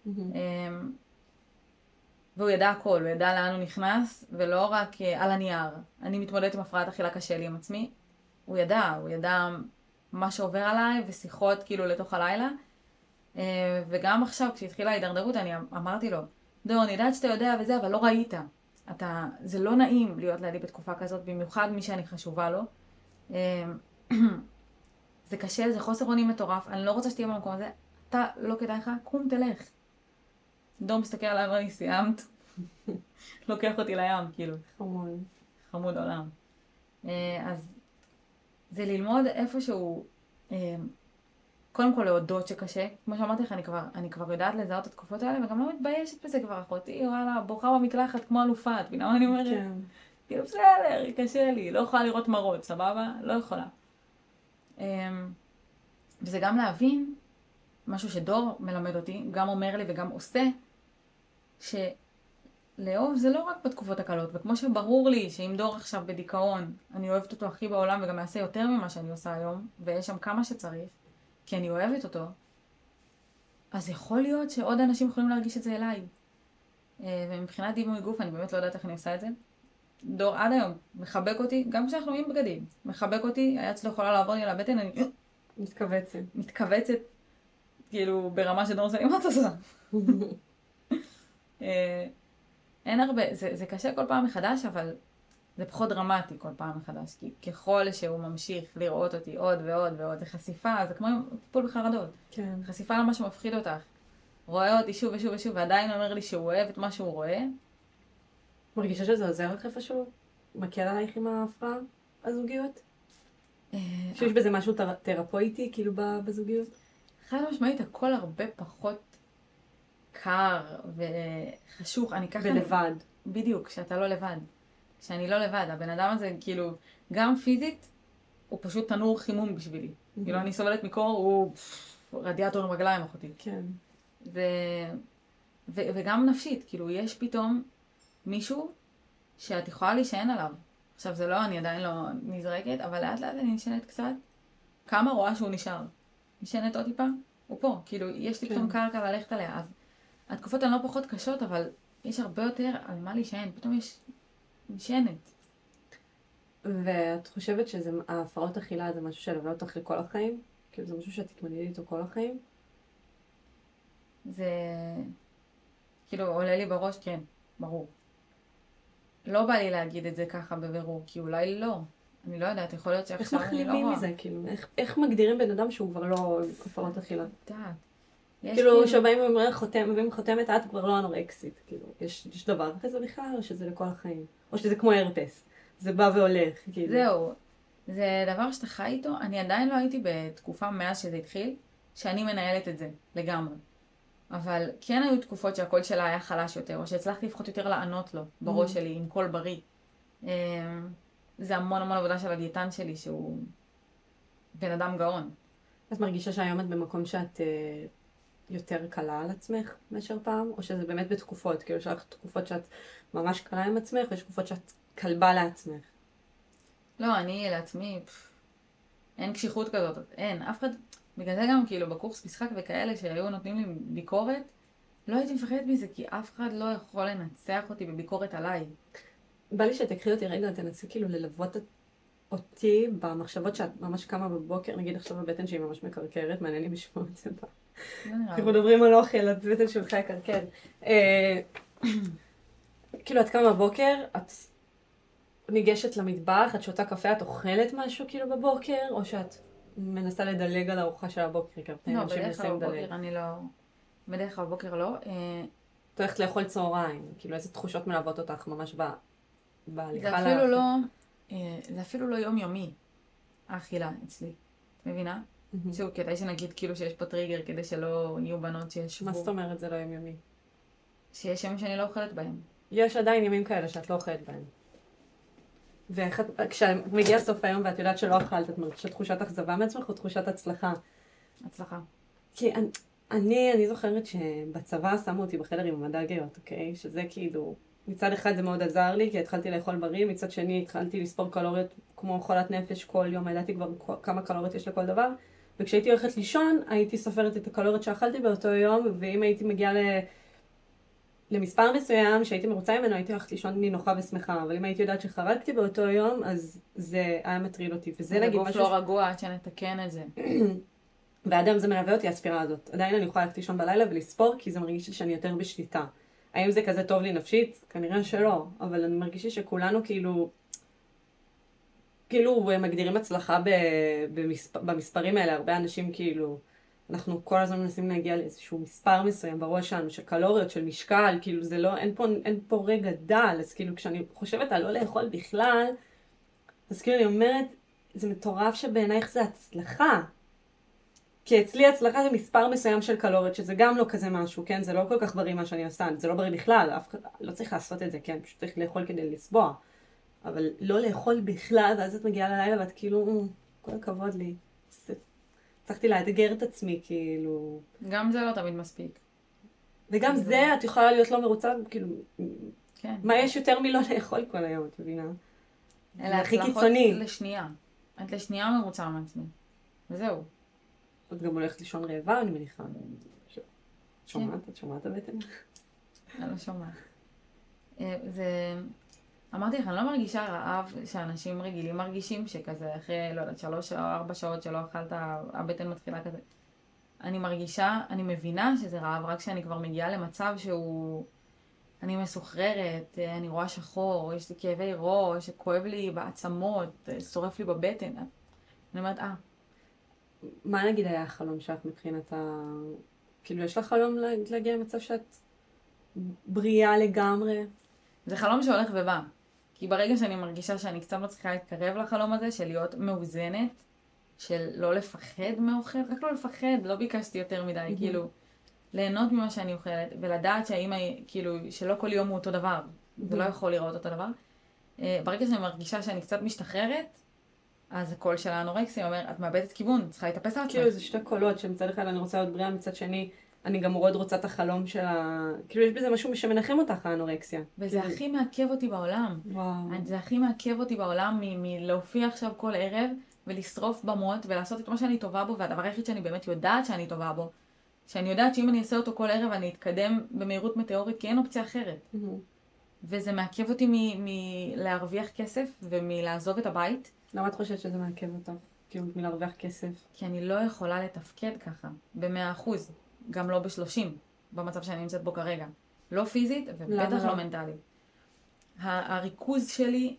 והוא ידע הכל, הוא ידע לאן הוא נכנס, ולא רק על הנייר. אני מתמודדת עם הפרעת אכילה קשה לי עם עצמי. הוא ידע מה שעובר עליי, ושיחות כאילו לתוך הלילה. וגם עכשיו, כשהתחילה ההידרדרות, אני אמרתי לו, דור, אני יודעת שאתה יודע וזה, אבל לא ראית. זה לא נעים להיות לידי בתקופה כזאת, במיוחד מי שאני חשובה לו. זה קשה, זה חוסר אונים מטורף, אני לא רוצה שתהיה במקום הזה. אתה, לא כדאי לך, קום תלך. דור מסתכל עליי, ואני סיימת. לוקח אותי לים, כאילו. חמוד עולם. אז זה ללמוד איפשהו, קודם כל להודות שקשה. כמו שאמרתי לך, אני כבר יודעת לזהות את התקופות האלה, וגם לא מתביישת בזה כבר, אחותי, וואלה, בוכה במקלחת כמו אלופה, את מבינה מה אני אומרת? כן. כאילו, בסדר, קשה לי, לא יכולה לראות מראות, סבבה? לא יכולה. וזה גם להבין, משהו שדור מלמד אותי, גם אומר לי וגם עושה, שלאהוב זה לא רק בתקופות הקלות, וכמו שברור לי שאם דור עכשיו בדיכאון, אני אוהבת אותו הכי בעולם וגם אעשה יותר ממה שאני עושה היום, ויש שם כמה שצריך, כי אני אוהבת אותו, אז יכול להיות שעוד אנשים יכולים להרגיש את זה אליי. ומבחינת דימוי גוף, אני באמת לא יודעת איך אני עושה את זה. דור עד היום מחבק אותי, גם כשאנחנו עם בגדים, מחבק אותי, היד שלו יכולה לעבור לי על הבטן, אני מתכווצת, כאילו ברמה שדור עושה לי, מה את עושה? אין הרבה, זה קשה כל פעם מחדש, אבל זה פחות דרמטי כל פעם מחדש, כי ככל שהוא ממשיך לראות אותי עוד ועוד ועוד, זה חשיפה, זה כמו טיפול בחרדות. כן. חשיפה למה שמפחיד אותך. רואה אותי שוב ושוב ושוב, ועדיין אומר לי שהוא אוהב את מה שהוא רואה. מרגישה שזה עוזר לך איפשהו? מקל עלייך עם ההפרעה הזוגיות? שיש בזה משהו תרפויטי כאילו בזוגיות? חד משמעית, הכל הרבה פחות קר וחשוך. ולבד. בדיוק, כשאתה לא לבד. כשאני לא לבד, הבן אדם הזה כאילו, גם פיזית, הוא פשוט תנור חימום בשבילי. כאילו אני סובלת מקור, הוא רדיאטור עם רגליים אחותי. כן. וגם נפשית, כאילו יש פתאום מישהו שאת יכולה להישען עליו. עכשיו זה לא, אני עדיין לא נזרקת, אבל לאט לאט אני נשענת קצת. כמה רואה שהוא נשאר? נשענת עוד טיפה? הוא פה, כאילו יש לי פתאום קרקע ללכת עליה. אז התקופות הן לא פחות קשות, אבל יש הרבה יותר על מה להישען. פתאום יש נשענת. ואת חושבת שההפרעות אכילה זה משהו שלווה אותך לכל החיים? כאילו זה משהו שאת תתמודדי איתו כל החיים? זה כאילו עולה לי בראש, כן, ברור. לא בא לי להגיד את זה ככה בבירור, כי אולי לא. אני לא יודעת, יכול להיות שעכשיו אני לא רואה. איך מחלימים מזה, כאילו? איך מגדירים בן אדם שהוא כבר לא הפרעות אכילה? יודעת. כאילו שבאים ומביאים חותמת, את כבר לא אנורקסית. כאילו, יש דבר כזה בכלל, או שזה לכל החיים? או שזה כמו הרפס? זה בא והולך, כאילו. זהו. זה דבר שאתה חי איתו. אני עדיין לא הייתי בתקופה מאז שזה התחיל, שאני מנהלת את זה לגמרי. אבל כן היו תקופות שהקול שלה היה חלש יותר, או שהצלחתי לפחות יותר לענות לו בראש שלי עם קול בריא. זה המון המון עבודה של הדיאטן שלי, שהוא בן אדם גאון. את מרגישה שהיום את במקום שאת יותר קלה על עצמך מאשר פעם? או שזה באמת בתקופות? כאילו יש לך תקופות שאת ממש קלה עם עצמך, ויש תקופות שאת כלבה לעצמך? לא, אני לעצמי, אין קשיחות כזאת, אין, אף אחד, בגלל זה גם כאילו בקורס משחק וכאלה שהיו נותנים לי ביקורת, לא הייתי מפחדת מזה, כי אף אחד לא יכול לנצח אותי בביקורת עליי. בא לי שתקחי אותי רגע, תנסי כאילו ללוות אותי במחשבות שאת ממש קמה בבוקר, נגיד עכשיו בבטן שהיא ממש מקרקרת, מעניין לי לשמוע את זה בה. אנחנו מדברים על אוכל, את בטן שלך יקרקר. כאילו את קמה בבוקר, את ניגשת למטבח, את שותה קפה, את אוכלת משהו כאילו בבוקר, או שאת מנסה לדלג על הארוחה של הבוקר? לא, בדרך כלל בבוקר אני לא... בדרך כלל בבוקר לא. את הולכת לאכול צהריים, כאילו איזה תחושות מלוות אותך ממש בהליכה זה אפילו לא יומיומי, האכילה אצלי. את מבינה? שוב, כדאי שנגיד כאילו שיש פה טריגר, כדי שלא יהיו בנות שישבו. מה זאת אומרת זה לא יומיומי? שיש ימים שאני לא אוכלת בהם. יש עדיין ימים כאלה שאת לא אוכלת בהם. וכשמגיע סוף היום ואת יודעת שלא אכלת, את מרגישה תחושת אכזבה מעצמך או תחושת הצלחה? הצלחה. כי אני זוכרת שבצבא שמו אותי בחדר עם המדאגיות, אוקיי? שזה כאילו, מצד אחד זה מאוד עזר לי, כי התחלתי לאכול בריא, מצד שני התחלתי לספור קלוריות כמו חולת נפש כל יום, ידעתי כבר כמה קלוריות יש לכל דבר, וכשהייתי הולכת לישון, הייתי סופרת את הקלוריות שאכלתי באותו יום, ואם הייתי מגיעה למספר מסוים שהייתי מרוצה ממנו, הייתי הולכת לישון נינוחה ושמחה, אבל אם הייתי יודעת שחרגתי באותו יום, אז זה היה מטריד אותי, וזה נגיד משהו... זה גוף לא רגוע עד שנתקן את זה. ועד היום זה מלווה אותי, הספירה הזאת. עדיין אני יכולה ללכת לישון בלילה ולספור, כי זה מרגיש שאני יותר בשליטה. האם זה כזה טוב לי נפשית? כנראה שלא, אבל אני מרגישה שכולנו כאילו מגדירים הצלחה במספרים האלה, הרבה אנשים כאילו, אנחנו כל הזמן מנסים להגיע לאיזשהו מספר מסוים בראש שלנו, של קלוריות, של משקל, כאילו זה לא, אין פה רגע דל, אז כאילו כשאני חושבת על לא לאכול בכלל, אז כאילו אני אומרת, זה מטורף שבעינייך זה הצלחה. כי אצלי הצלחה זה מספר מסוים של קלוריות, שזה גם לא כזה משהו, כן? זה לא כל כך בריא מה שאני עושה, זה לא בריא בכלל, אף אחד לא צריך לעשות את זה, כן? פשוט צריך לאכול כדי לסבוע. אבל לא לאכול בכלל, ואז את מגיעה ללילה ואת כאילו, כל הכבוד לי. צריכתי לאתגר את עצמי, כאילו... גם זה לא תמיד מספיק. וגם זה, את יכולה להיות לא מרוצה, כאילו... כן. מה יש יותר מלא לאכול כל היום, את מבינה? אלא הצלחות לשנייה. את לשנייה מרוצה מעצמי. וזהו. את גם הולכת לישון רעבה, אני מניחה. את שומעת הבטן? אני לא שומעת. אמרתי לך, אני לא מרגישה רעב שאנשים רגילים מרגישים, שכזה אחרי, לא יודעת, 3 או 4 שעות שלא אכלת, הבטן מתחילה כזה. אני מבינה שזה רעב, רק שאני כבר מגיעה למצב שהוא... אני מסוחררת, אני רואה שחור, יש לי כאבי ראש, שכואב לי בעצמות, שורף לי בבטן. אני אומרת, מה נגיד היה החלום שלך מבחינת כאילו, יש לך חלום להגיע למצב שאת בריאה לגמרי? זה חלום שהולך ובא. כי ברגע שאני מרגישה שאני קצת מצליחה להתקרב לחלום הזה, של להיות מאוזנת, של לא לפחד מאוכל, רק לא לפחד, לא ביקשתי יותר מדי, כאילו, ליהנות ממה שאני אוכלת, ולדעת שהאמא, כאילו, שלא כל יום הוא אותו דבר, זה לא יכול לראות אותו דבר. ברגע שאני מרגישה שאני קצת משתחררת, אז הקול של האנורקסיה אומר, את מאבדת כיוון, צריכה להתאפס על עצמך. כאילו, זה 2 קולות, שמצד אחד אני רוצה להיות בריאה, מצד שני, אני גם מאוד רוצה את החלום של כאילו, יש בזה משהו שמנחם אותך, האנורקסיה. וזה הכי מעכב אותי בעולם. וואו. זה הכי מעכב אותי בעולם מלהופיע עכשיו כל ערב, ולשרוף במות, ולעשות את מה שאני טובה בו, והדבר היחיד שאני באמת יודעת שאני טובה בו, שאני יודעת שאם אני אעשה אותו כל ערב, אני אתקדם במהירות מטאורית, כי אין אופציה אחרת. וזה מעכב אותי מלהרוויח כסף, ומלעזוב את הבית. למה את חושבת שזה מעכב אותך? כאילו, מלהרוויח כסף? כי אני לא יכולה לתפקד ככה, ב100%, גם לא ב30, במצב שאני נמצאת בו כרגע. לא פיזית, ובטח לא מנטלי. הריכוז שלי,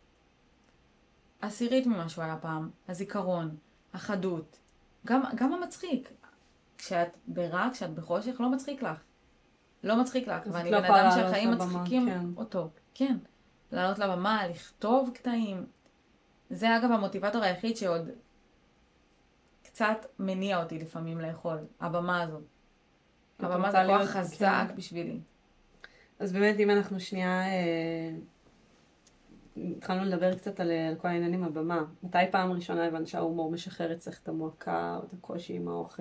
10% ממה שהוא היה פעם, הזיכרון, החדות, גם המצחיק. כשאת ברע, כשאת בחושך, לא מצחיק לך. לא מצחיק לך, ואני בן אדם שהחיים מצחיקים אותו. כן, לעלות לבמה, לכתוב קטעים. זה אגב המוטיבטור היחיד שעוד קצת מניע אותי לפעמים לאכול, הבמה הזאת. הבמה זה כוח חזק בשבילי. אז באמת אם אנחנו שנייה התחלנו לדבר קצת על כל העניין עם הבמה. מתי פעם ראשונה הבנת שההומור משחרר אצלך את המועקה או את הקושי עם האוכל?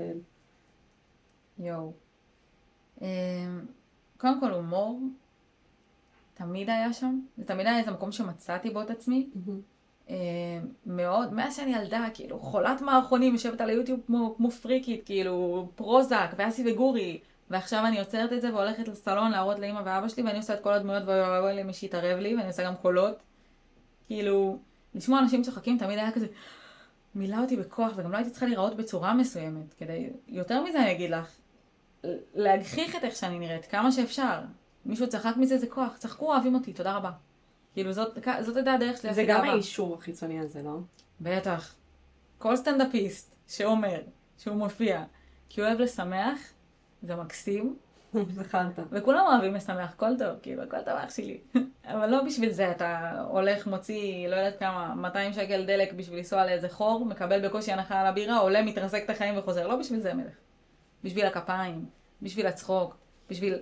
קודם כל הומור תמיד היה שם. זה תמיד היה איזה מקום שמצאתי בו את עצמי. מאוד, מאז שאני ילדה, כאילו, חולת מערכונים, יושבת על היוטיוב כמו פריקית, כאילו, פרוזק, ואסי וגורי, ועכשיו אני יוצרת את זה והולכת לסלון להראות לאמא ואבא שלי, ואני עושה את כל הדמויות ומי שיתערב לי, ואני עושה גם קולות. כאילו, לשמוע אנשים צוחקים תמיד היה כזה, מילא אותי בכוח, וגם לא הייתי צריכה להיראות בצורה מסוימת, כדי, יותר מזה אני אגיד לך, להגחיך את איך שאני נראית, כמה שאפשר. מישהו צחק מזה, זה כוח, צחקו, אוהבים אותי, תודה רבה. כאילו, זאת הייתה הדרך שלי. זה גם האישור החיצוני הזה, לא? בטח. כל סטנדאפיסט שאומר שהוא מופיע כי הוא אוהב לשמח, זה מקסים. זכרת. וכולם אוהבים לשמח, כל טוב, כאילו, הכל טוב אח שלי. אבל לא בשביל זה, אתה הולך, מוציא, לא יודעת כמה, 200 שקל דלק בשביל לנסוע לאיזה חור, מקבל בקושי הנחה על הבירה, עולה, מתרסק את החיים וחוזר. לא בשביל זה מלך. בשביל הכפיים, בשביל הצחוק, בשביל...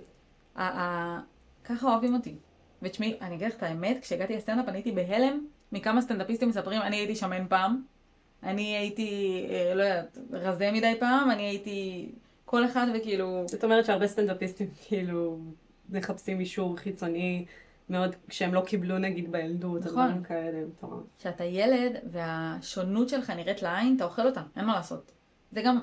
ככה אוהבים אותי. ותשמעי, אני אגיד לך את האמת, כשהגעתי לסטנדאפ אני הייתי בהלם מכמה סטנדאפיסטים מספרים, אני הייתי שמן פעם, אני הייתי, לא יודעת, רזה מדי פעם, אני הייתי כל אחד וכאילו... זאת אומרת שהרבה סטנדאפיסטים כאילו מחפשים אישור חיצוני מאוד, כשהם לא קיבלו נגיד בילדות, נכון. דברים כאלה. כשאתה ילד והשונות שלך נראית לעין, אתה אוכל אותה, אין מה לעשות. זה גם...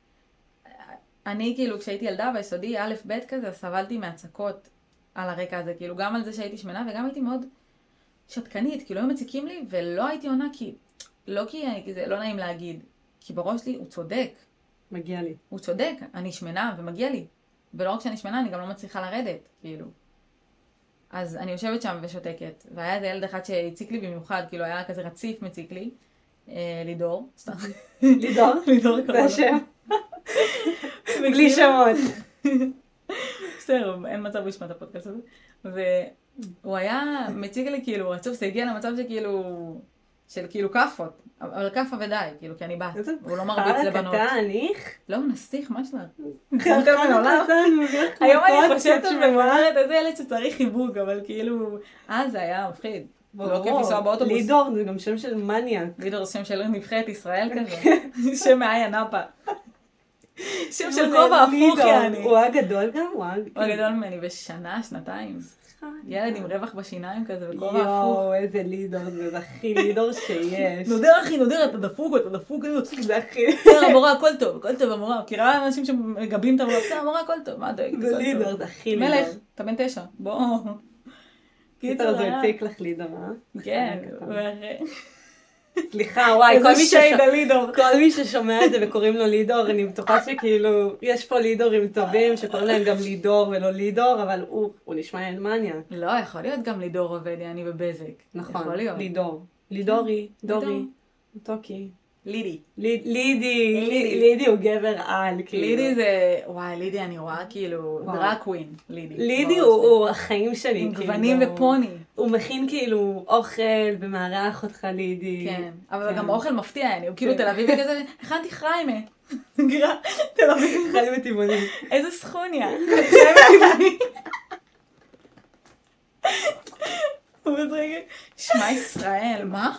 אני כאילו כשהייתי ילדה ביסודי, א' ב' כזה, סבלתי מהצקות על הרקע הזה, כאילו גם על זה שהייתי שמנה וגם הייתי מאוד שתקנית, כאילו היו מציקים לי ולא הייתי עונה כי, לא כי זה לא נעים להגיד, כי בראש שלי הוא צודק. מגיע לי. הוא צודק, אני שמנה ומגיע לי. ולא רק שאני שמנה, אני גם לא מצליחה לרדת, כאילו. אז אני יושבת שם ושותקת, והיה איזה ילד אחד שהציק לי במיוחד, כאילו היה כזה רציף מציק לי, לידור, סתם. לידור? לידור זה כמובן. השם. בלי שמות. בסדר, אין מצב לשמוע את הפודקאסט הזה. והוא היה מציג לי כאילו, רצוף, זה הגיע למצב שכאילו, של כאילו כפות, אבל כפה ודי, כאילו, כי אני בת, הוא לא מרביץ לבנות. חרא קטן, איך? לא, נסיך, מה שלך? חרא קטן, היום אני חושבת על זה בארץ, איזה ילד שצריך חיבוק, אבל כאילו, זה היה מפחיד. לא כיף לנסוע באוטובוס. לידור זה גם שם של מניאק. לידור זה שם של נבחרת ישראל כזה. שם מאיה נאפה. שם של כובע הפוך יעני. הוא היה גדול גם? הוא היה גדול ממני בשנה, שנתיים. ילד עם רווח בשיניים כזה וכובע הפוך. יואו, איזה לידור, זה הכי לידור שיש. נודר אחי, נודר, אתה דפוק, זה הכי... המורה, הכל טוב, המורה. מכירה אנשים שמגבים את המורה, המורה, הכל טוב, מה דואג? זה לידור, זה הכי לידור. מלך, אתה בן 9, בוא. קיצר, זה הציק לך לידור, כן, סליחה, וואי, לידור. כל מי ששומע את זה וקוראים לו לידור, אני בטוחה שכאילו, יש פה לידורים טובים שקוראים להם גם לידור ולא לידור, אבל הוא נשמע ילד מניאק. לא, יכול להיות גם לידור עובדי, אני בבזק. נכון, לידור. לידורי, דורי, טוקי. לידי הוא גבר על, כאילו. לידי זה, וואי, לידי אני רואה כאילו, דרג קווין, לידי. לידי הוא החיים שלי, עם גוונים ופוני. הוא מכין כאילו אוכל ומארח אותך לידי. כן, אבל גם אוכל מפתיע, הוא כאילו תל אביבי כזה, הכנתי חריימה. גירה, תל אביבי. חריימה טבעוני. איזה סכוניה. חריימה טבעוני. הוא בזרגע, שמע ישראל, מה?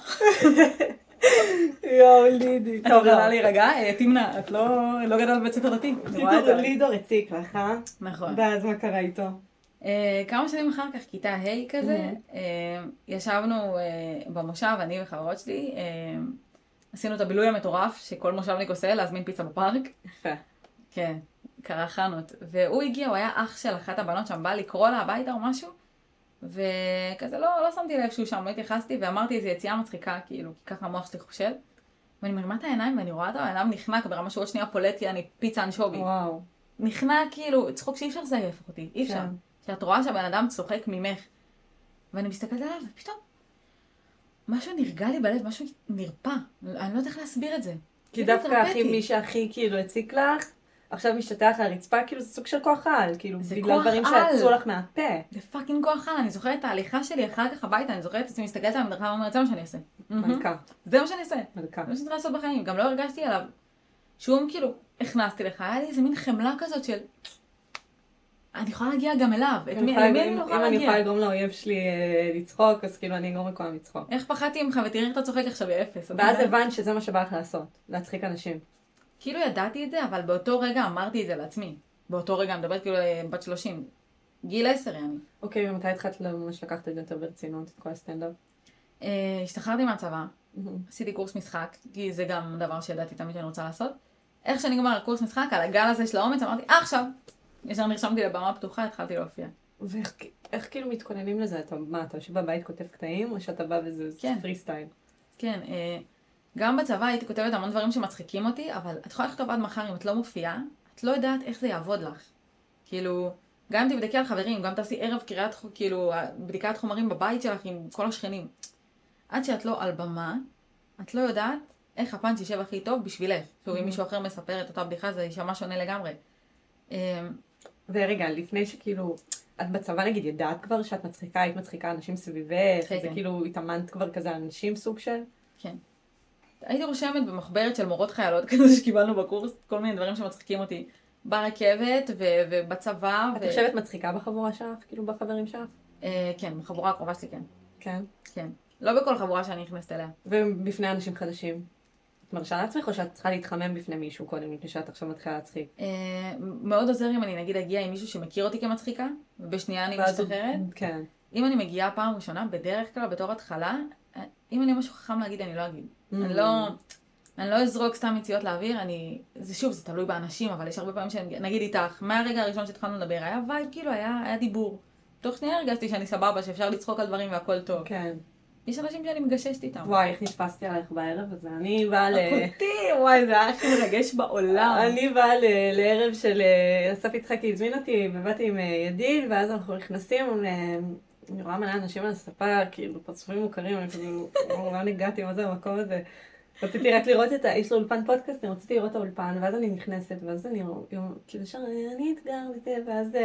יואו, לידי. את יכולה להירגע? תמנה, את לא גדלת בבית ספר דתי. לידור הציק לך, אה? נכון. ואז מה קרה איתו? כמה שנים אחר כך, כיתה ה' כזה, ישבנו במושב, אני וחברות שלי, עשינו את הבילוי המטורף שכל מושבניק עושה, להזמין פיצה בפארק. יפה. כן, קרה חנות. והוא הגיע, הוא היה אח של אחת הבנות שם, בא לקרוא לה הביתה או משהו, וכזה לא שמתי לב שהוא שם, לא התייחסתי, ואמרתי איזו יציאה מצחיקה, כאילו, כי ככה המוח שלי חושב. ואני מרימה את העיניים ואני רואה את העיניים נחנק ברמה שעוד שנייה פולטי, אני פיצה אנשובי. וואו. נחנק כאילו, צחוק שאי אפשר לזייף אותי, אי אפשר. שאת רואה שהבן אדם צוחק ממך. ואני מסתכלת עליו ופתאום משהו נרגע לי בלב, משהו נרפא. אני לא יודעת איך להסביר את זה. כי דווקא מי שהכי כאילו הציק לך, עכשיו משתתח על הרצפה, כאילו זה סוג של כוח על, כאילו בגלל דברים שיצאו לך מהפה. זה פאקינג כוח על, אני זוכרת את ההליכה שלי אחר כך הביתה, אני זוכרת את עצמי מסתכלת על המדרכה ואומרת, זה מה שאני אעשה. מלכה. זה מה שאני אעשה. מלכה. זה מה שאני צריכה לעשות בחיים. גם לא הרגשתי עליו שום כאילו, הכנסתי לך, היה לי איזה מין חמלה כזאת של, אני יכולה להגיע גם אליו. אם אני יכולה לגרום לאויב שלי לצחוק, אז כאילו אני אגרום לכולם לצחוק. איך פחדתי ממך ותראי איך אתה צוחק עכשיו באפס. ואז הבנת שזה מה שבא לך לעשות, להצחיק אנשים. כאילו ידעתי את זה, אבל באותו רגע אמרתי את זה לעצמי. באותו רגע, אני מדברת כאילו בת 30. גיל 10 יעני. אוקיי, ומתי התחלת ממש לקחת את זה יותר ברצינות, את כל הסטנדאפ? השתחררתי מהצבא, עשיתי קורס משחק, כי זה גם דבר שידעתי תמיד שאני רוצה לעשות. איך שאני גמר קורס משחק, על הגל הזה של האומץ, אמרתי, עכשיו. ישר נרשמתי לבמה פתוחה, התחלתי להופיע. ואיך כאילו מתכוננים לזה? אתה יושב בבית כותב קטעים, או שאתה בא וזה פרי סטייל? כן, גם בצבא הייתי כותבת המון דברים שמצחיקים אותי, אבל את יכולה לכתוב עד מחר, אם את לא מופיעה, את לא יודעת איך זה יעבוד לך. כאילו, גם אם תבדקי על חברים, גם תעשי ערב קריאת, כאילו, בדיקת חומרים בבית שלך עם כל השכנים. עד שאת לא על במה, את לא יודעת איך הפאנץ' יישב הכי טוב בשבילך. שוב, אם מישהו אחר מספר את אותה בדיחה, זה יישמע שונה לגמרי. ורגע, לפני שכאילו, את בצבא נגיד ידעת כבר שאת מצחיקה, היית מצחיקה אנשים סביבך, כן, זה כן. כאילו התאמנת כבר כזה על אנשים סוג של? כן. הייתי רושמת במחברת של מורות חיילות כזה שקיבלנו בקורס, כל מיני דברים שמצחיקים אותי. ברכבת ובצבא. את חושבת מצחיקה בחבורה שלך, כאילו בחברים שלך? כן, בחבורה הקרובה שלי כן. כן. כן. לא בכל חבורה שאני נכנסת אליה. ובפני אנשים חדשים? את מרשה לעצמך או שאת צריכה להתחמם בפני מישהו קודם, לפני שאת עכשיו מתחילה להצחיק? מאוד עוזר אם אני נגיד אגיע עם מישהו שמכיר אותי כמצחיקה, ובשנייה אני משתחררת. כן. אם אני מגיעה פעם ראשונה, בדרך כלל בתור התחלה, אם אני משהו חכם להגיד, אני לא אגיד. אני לא אזרוק סתם מציאות לאוויר, זה תלוי באנשים, אבל יש הרבה פעמים נגיד איתך, מהרגע הראשון שהתחלנו לדבר, היה וייב, כאילו היה דיבור. תוך שנייה הרגשתי שאני סבבה, שאפשר לצחוק על דברים והכל טוב. כן. יש אנשים שאני מגששת איתם. וואי, איך נתפסתי עליך בערב הזה. אני באה וואי, זה היה הכי מרגש בעולם. אני באה לערב של אסף יצחקי הזמין אותי, ובאתי עם ידיד, ואז אנחנו נכנסים, אני רואה מלא אנשים על הספה, כאילו פרצופים מוכרים, אני כאילו, לאן הגעתי, מה זה המקום הזה? רציתי רק לראות יש לו אולפן פודקאסט, אני רציתי לראות את האולפן, ואז אני נכנסת, ואז אני כאילו שר, אני אתגר וזה, ואז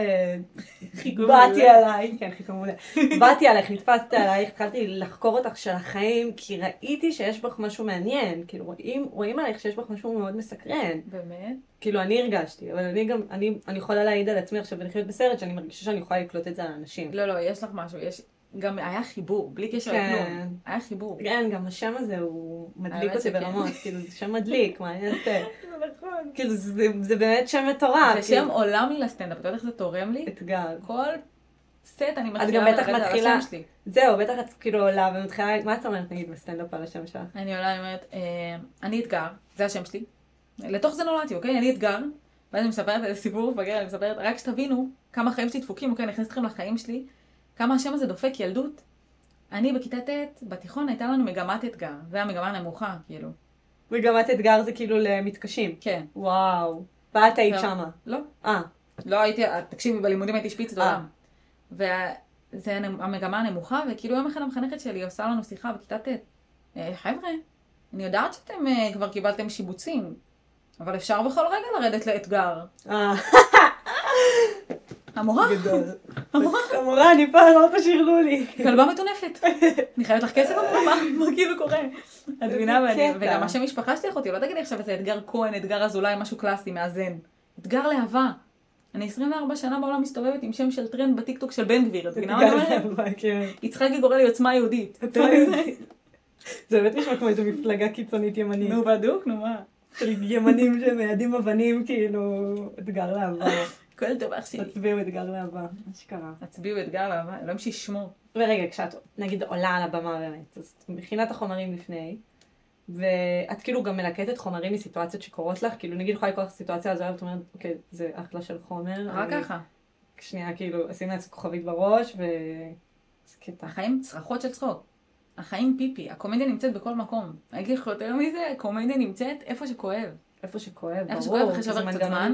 באתי עליי, כן, חיכו מעולה, באתי עלייך, נתפסתי עלייך, התחלתי לחקור אותך של החיים, כי ראיתי שיש בך משהו מעניין, כאילו רואים עלייך שיש בך משהו מאוד מסקרן. באמת? כאילו אני הרגשתי, אבל אני יכולה להעיד על עצמי עכשיו ולחיות בסרט, שאני מרגישה שאני יכולה לקלוט את זה על אנשים. לא, יש לך משהו, גם היה חיבור, בלי קשר לכלום. היה חיבור. כן, גם השם הזה הוא מדליק אותי ברמות, כאילו זה שם מדליק, מה אני אעשה? נכון. כאילו זה באמת שם מטורף. זה שם עולם לי לסטנדאפ, אתה יודע איך זה תורם לי? אתגר. כל סט אני את גם בטח מתחילה מתחילה, על השם שלי. זהו, בטח את כאילו עולה ומתחילה, מה את אומרת נגיד בסטנדאפ על השם שלך? אני עולה, אני אומרת, אני אתגר, זה השם שלי. לתוך זה נולדתי, אוקיי? אני אתגר. ואז אני מספרת איזה סיפור, אני מספרת, רק שתבינו כמה חיים שלי דפוקים, אוקיי? אני אכנס אתכם לחיים שלי. כמה השם הזה דופק ילדות. אני בכיתה ט', בתיכון הייתה לנו מגמת אתגר. זה המגמה הנמוכה, כאילו. מגמת אתגר זה כאילו למתקשים? כן. וואו. ואת היית שמה? לא. לא הייתי, תקשיבי, בלימודים הייתי שפיצת עולם. וזה המגמה הנמוכה, וכאילו יום אחד המחנכת שלי עושה לנו שיחה בכיתה ט'. חבר'ה, אני יודעת שאתם כבר קיבלתם שיבוצים, אבל אפשר בכל רגע לרדת לאתגר. המורה. גדול. המורה, אני פעם לא רוצה שירלו לי. כלבה מטונפת. אני חייבת לך כסף המורה, מה כאילו קורה? את מבינה, וגם השם משפחה שלי אחותי, לא תגידי עכשיו איזה אתגר כהן, אתגר אזולאי, משהו קלאסי, מאזן. אתגר להבה. אני 24 שנה בעולם מסתובבת עם שם של טרנד בטיקטוק של בן גביר, את מבינה מה אני אומרת? יצחקי קורא לי עוצמה יהודית. זה באמת נשמע כמו איזו מפלגה קיצונית ימנית. נו בדוק, נו מה? של ימנים שמיידים אבנים, כאילו, אתגר להבה. כל דבר שלי. תצביעו אתגר להבה, מה שקרה. תצביעו אתגר להבה, אלוהים שישמור. ורגע, כשאת נגיד עולה על הבמה באמת, אז את מכינה את החומרים לפני, ואת כאילו גם מלקטת חומרים מסיטואציות שקורות לך, כאילו נגיד יכולה לקרוא לך סיטואציה הזו, ואת אומרת, אוקיי, זה אחלה של חומר. רק ככה. שנייה, כאילו, אשים לעצמי כוכבית בראש, זה קטע. החיים צרחות של צחוק. החיים פיפי, הקומדיה נמצאת בכל מקום. אני אגיד לך יותר מזה, הקומדיה נמצאת איפה שכואב. איפה שכואב, איפה שכואב, אחרי שעובר קצת זמן.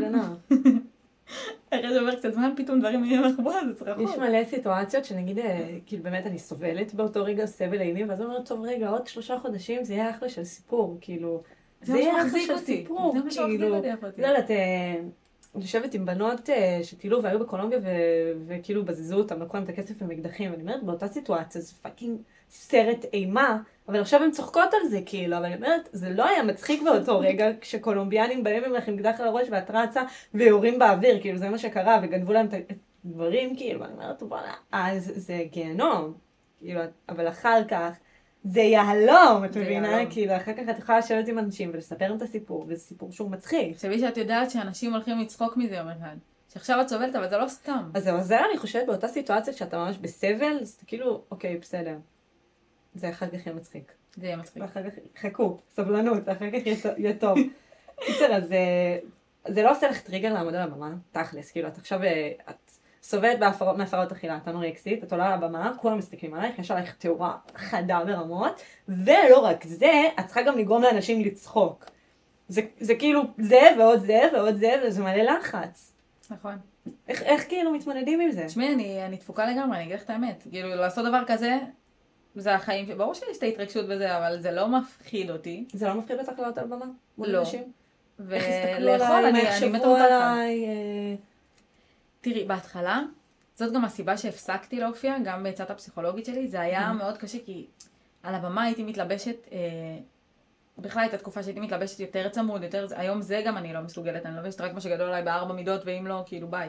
אחרי שעובר קצת זמן, פתאום דברים נהיים לך בוא, זה צרחות. יש מלא סיטואציות שנגיד, כאילו באמת אני סובלת באותו רגע סבל אימי, ואז אני אומרת, טוב רגע, עוד 3 חודשים זה יהיה אחלה של סיפור, כאילו. זה יהיה אחלה של סיפור, זה מה שמחזיק אותי. לא יודעת, אני יושבת עם בנות שטיילו והיו בקולומביה וכאילו בזזו אותם, לקחו להם את הכסף ומקדחים, ואני אומרת, באותה סיטואציה זה פאקינג סרט אימה, אבל עכשיו הן צוחקות על זה כאילו, אבל אני אומרת, זה לא היה מצחיק באותו רגע כשקולומביאנים באים עם לכם קדח על הראש ואת רצה ויורים באוויר, כאילו זה מה שקרה, וגנבו להם את הדברים, כאילו, ואני אומרת, וואלה, אז זה גיהנום, כאילו, אבל אחר כך זה יהלום, את מבינה? כאילו, אחר כך את יכולה לשבת עם אנשים ולספר את הסיפור, וזה סיפור שהוא מצחיק. תחשבי שאת יודעת שאנשים הולכים לצחוק מזה יום אחד. שעכשיו את סובלת, אבל זה לא סתם. אז זה אני חושבת באותה סיטואציה שאתה ממש בסבל, אז כאילו, אוקיי, בסדר. זה אחר כך יהיה מצחיק. זה יהיה מצחיק. ואחר כך, חכו, סבלנות, אחר כך יהיה טוב. קיצר, אז זה לא עושה לך טריגר לעמוד על הבמה, תכלס, כאילו, את עכשיו, את סובלת מהפרעות אכילה, את אנורקסית, את עולה על הבמה, כולם מסתכלים עלייך, יש עלייך תאורה חדה ברמות, ולא רק זה, את צריכה גם לגרום לאנשים לצחוק. זה כאילו זה ועוד זה ועוד זה, וזה מלא לחץ. נכון. איך כאילו מתמודדים עם זה? תשמעי, אני תפוקה לגמרי, אני אגיד לך את האמת. כאילו, לעשות דבר כזה, זה החיים, ברור שיש את ההתרגשות בזה, אבל זה לא מפחיד אותי. זה לא מפחיד אותך לעלות על במה? לא. איך הסתכלו ולאכול, עליי, איך שברו עליי? תראי, בהתחלה, זאת גם הסיבה שהפסקתי להופיע, גם בעצת הפסיכולוגית שלי, זה היה מאוד קשה, כי על הבמה הייתי מתלבשת, בכלל הייתה תקופה שהייתי מתלבשת יותר צמוד, היום זה גם אני לא מסוגלת, אני לובשת רק מה שגדול עליי ב4 מידות, ואם לא, כאילו ביי.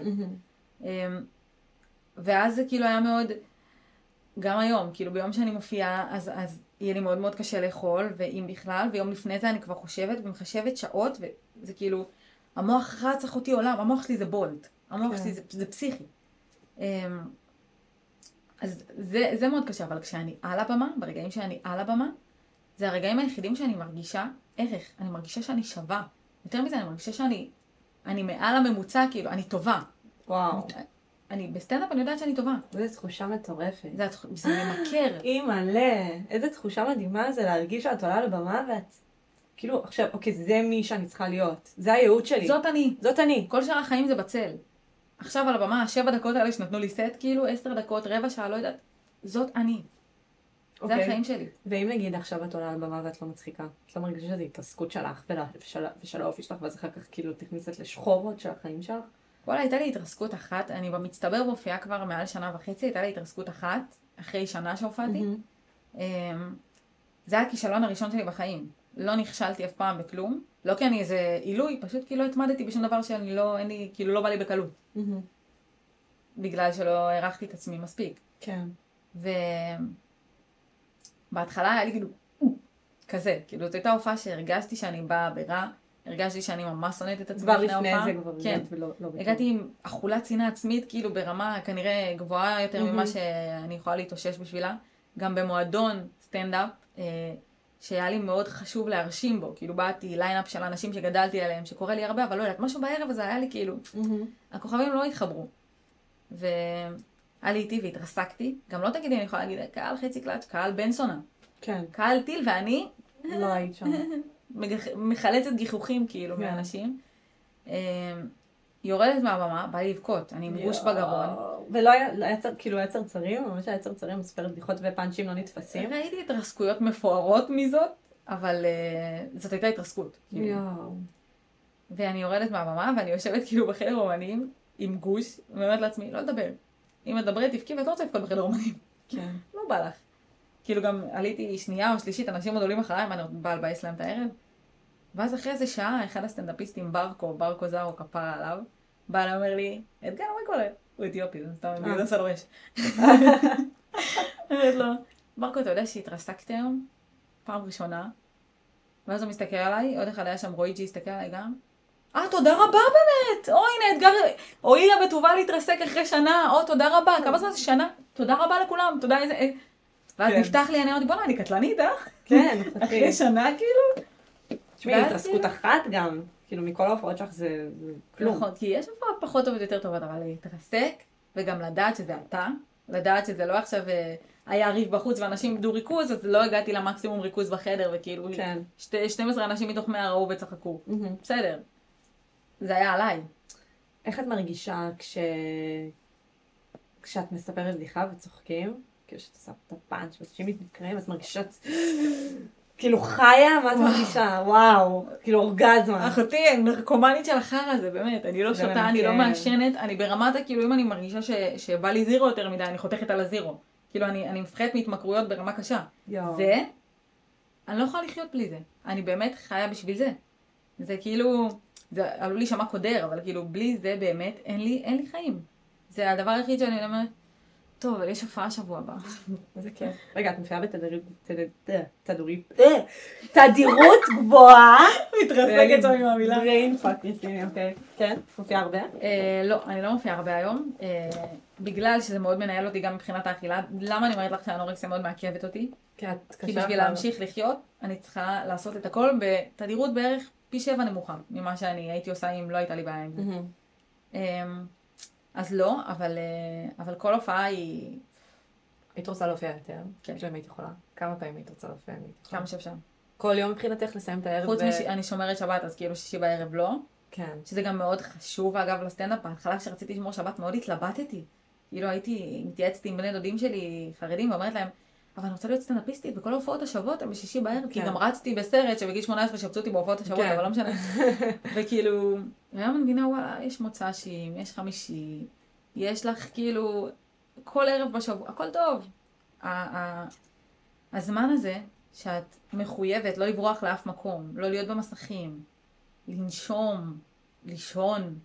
ואז זה כאילו היה מאוד, גם היום, כאילו ביום שאני מופיעה, אז יהיה לי מאוד מאוד קשה לאכול, ואם בכלל, ויום לפני זה אני כבר חושבת ומחשבת שעות, וזה כאילו, המוח רץ אחותי עולם, המוח שלי זה בולט, המוח שלי זה פסיכי. אז זה מאוד קשה, אבל כשאני על הבמה, ברגעים שאני על הבמה, זה הרגעים היחידים שאני מרגישה ערך, אני מרגישה שאני שווה. יותר מזה, אני מרגישה שאני מעל הממוצע, כאילו, אני טובה. וואו. אני בסטנדאפ, אני יודעת שאני טובה. איזו תחושה מטורפת. זה ממכר. מלא. איזו תחושה מדהימה זה להרגיש שאת עולה לבמה ואת... כאילו, עכשיו, אוקיי, זה מי שאני צריכה להיות. זה הייעוד שלי. זאת אני. כל שאר החיים זה בצל. עכשיו על הבמה, 7 דקות האלה שנתנו לי סט, כאילו 10 דקות, רבע שעה, לא יודעת. זאת אני. זה החיים שלי. ואם נגיד עכשיו את עולה על במה ואת לא מצחיקה, את לא מרגישה שזו התעסקות שלך ושל האופי שלך, ואז אחר כך כאילו תכניסת לשחורות של החיים שלך? וואלה, הייתה לי התרסקות אחת, אני במצטבר בהופיעה כבר מעל 1.5 שנה, הייתה לי התרסקות אחת, אחרי שנה שהופעתי. זה היה הכישלון הראשון שלי בחיים. לא נכשלתי אף פעם בכלום. לא כי אני איזה עילוי, פשוט כי לא התמדתי בשום דבר שאני לא, אין לי, כאילו לא בא לי בקלות. בגלל שלא הערכתי את עצמי מספיק. כן. בהתחלה היה לי כאילו, כזה, כאילו זאת הייתה הופעה שהרגשתי שאני באה ברע, הרגשתי שאני ממש שונאת את עצמי לפני ההופעה. כבר לפני זה כבר כן. ולא בטוח. הגעתי עם אכולת שנאה עצמית, כאילו ברמה כנראה גבוהה יותר ממה שאני יכולה להתאושש בשבילה. גם במועדון סטנדאפ, שהיה לי מאוד חשוב להרשים בו, כאילו באתי ליינאפ של אנשים שגדלתי עליהם, שקורה לי הרבה, אבל לא יודעת, משהו בערב הזה היה לי כאילו, הכוכבים לא התחברו. והיה לי איתי והתרסקתי, גם לא תגידי, אני יכולה להגיד, קהל חצי קלאץ', קהל בן סונה. כן. קהל טיל ואני, לא היית שם. מחלצת גיחוכים כאילו מאנשים. יורדת מהבמה, בא לי לבכות, אני עם גוש בגרון. ולא היה כאילו היה צרצרים, ממש היה צרצרים, מספרת בדיחות ופאנצ'ים לא נתפסים. ראיתי התרסקויות מפוארות מזאת, אבל זאת הייתה התרסקות. ואני יורדת מהבמה, ואני יושבת כאילו בחדר אומנים, עם גוש, ואומרת לעצמי, לא לדבר. אם את מדברת, תבכי, ואת לא רוצה לבכות בחדר אומנים. כן. לא בא לך. כאילו גם עליתי שנייה או שלישית, אנשים עוד עולים אחריי, ואני באה לבאס להם את הערב. ואז אחרי איזה שעה, אחד הסטנדאפיסטים, ברקו זארו, כפרה עליו, בא לה אומר לי, אתגר, מה קורה? הוא אתיופי, זה סתם גדוס על ראש. אומרת לו, ברקו, אתה יודע שהתרסקתי היום? פעם ראשונה. ואז הוא מסתכל עליי, עוד אחד היה שם רואי ג'י, הסתכל עליי גם. תודה רבה באמת! הנה, אתגר, הואילה בטובה להתרסק אחרי שנה, תודה רבה, כמה זמן זה שנה? תודה רבה לכולם, תודה איזה... ואז נפתח לי, אני אמרתי, בוא'נה, אני קטלנית, כן, אחרי שנה, כאילו. תשמעי, התרסקות אחת גם, כאילו מכל ההופעות שלך זה כלום. נכון, כי יש הופעות פחות טובות יותר טובות, אבל להתרסק, וגם לדעת שזה אתה, לדעת שזה לא עכשיו היה ריב בחוץ ואנשים איבדו ריכוז, אז לא הגעתי למקסימום ריכוז בחדר, וכאילו 12 אנשים מתוך 100 ראו וצחקו. בסדר. זה היה עליי. איך את מרגישה כשאת מספרת בדיחה וצוחקים, כאילו שאת עושה את הפאנץ' ואנשים מתקראים, אז מרגישה כאילו חיה, מה את מרגישה? וואו, כאילו אורגזמה. אחותי, אני נרקומנית של החרא הזה, באמת. אני לא שותה, אני לא מעשנת, אני ברמת, כאילו אם אני מרגישה שבא לי זירו יותר מדי, אני חותכת על הזירו. כאילו אני מפחדת מהתמכרויות ברמה קשה. זה, אני לא יכולה לחיות בלי זה. אני באמת חיה בשביל זה. זה כאילו, זה עלול לי שמה קודר, אבל כאילו בלי זה באמת אין לי חיים. זה הדבר היחיד שאני אומרת, טוב, אבל יש הופעה שבוע הבא. זה כן. רגע, את מופיעה תדירות גבוהה. מתרסקת שם עם המילה. brain fuck רציני, אוקיי. כן? מופיעה הרבה? לא, אני לא מופיעה הרבה היום. בגלל שזה מאוד מנהל אותי גם מבחינת האכילה. למה אני אומרת לך שהאנורקסיה מאוד מעכבת אותי? כי בשביל להמשיך לחיות, אני צריכה לעשות את הכל בתדירות בערך פי 7 נמוכה ממה שאני הייתי עושה אם לא הייתה לי בעיה עם זה. אז לא, אבל כל הופעה היא... היית רוצה להופיע יותר? כן. אם היית יכולה. כמה פעמים היית רוצה להופיע? כמה שאפשר. כל יום מבחינתך לסיים את הערב? חוץ אני שומרת שבת, אז כאילו שישי בערב לא. כן. שזה גם מאוד חשוב, אגב, לסטנדאפ. בהתחלה כשרציתי לשמור שבת מאוד התלבטתי. כאילו הייתי מתייעצת עם בני דודים שלי חרדים ואומרת להם, אבל אני רוצה להיות סטנדאפיסטית, וכל ההופעות השוות הן בשישי בערב, כי גם רצתי בסרט שבגיל 18 שפצו אותי בהופעות השוות, אבל לא משנה. וכאילו, היום אני מבינה, וואלה, יש מוצ"שים, יש חמישי, יש לך כאילו כל ערב בשבוע, הכל טוב. הזמן הזה שאת מחויבת לא לברוח לאף מקום, לא להיות במסכים, לנשום, לישון.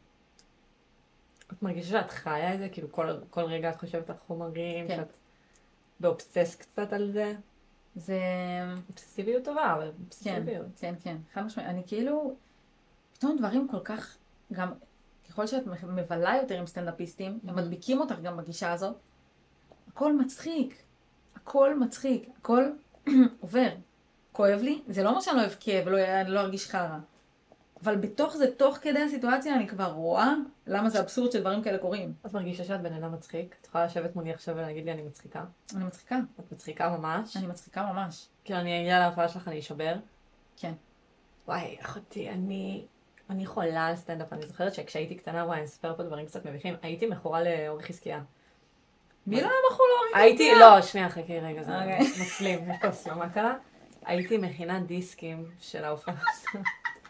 את מרגישה שאת חיה את זה? כאילו כל רגע את חושבת על חומרים, כן. שאת באובסס קצת על זה? זה... אובססיביות טובה, אבל כן, אובססיביות. כן, כן. חד משמעית. אני כאילו, פתאום דברים כל כך, גם ככל שאת מבלה יותר עם סטנדאפיסטים, הם מדביקים אותך גם בגישה הזאת. הכל מצחיק. הכל מצחיק. הכל עובר. כואב לי, זה לא אומר שאני לא אוהב כאב, אני לא ארגיש חרא. אבל בתוך זה, תוך כדי הסיטואציה, אני כבר רואה למה זה אבסורד שדברים כאלה קורים. את מרגישה שאת בן אדם מצחיק? את יכולה לשבת מולי עכשיו ולהגיד לי אני מצחיקה? אני מצחיקה. את מצחיקה ממש? אני מצחיקה ממש. כאילו אני אגיע להופעה שלך, אני אשבר? כן. וואי, אחותי, אני חולה על סטנדאפ. אני זוכרת שכשהייתי קטנה, וואי, אני אספר פה דברים קצת מביכים, הייתי מכורה לאורי חזקיה. מי לא היה בחור לאורי הייתי, לא, שנייה, חכי רגע, זה אוקיי. מסלים, יש פה סלום, מה קרה? הייתי מכינה דיסקים של ההופעה שלו.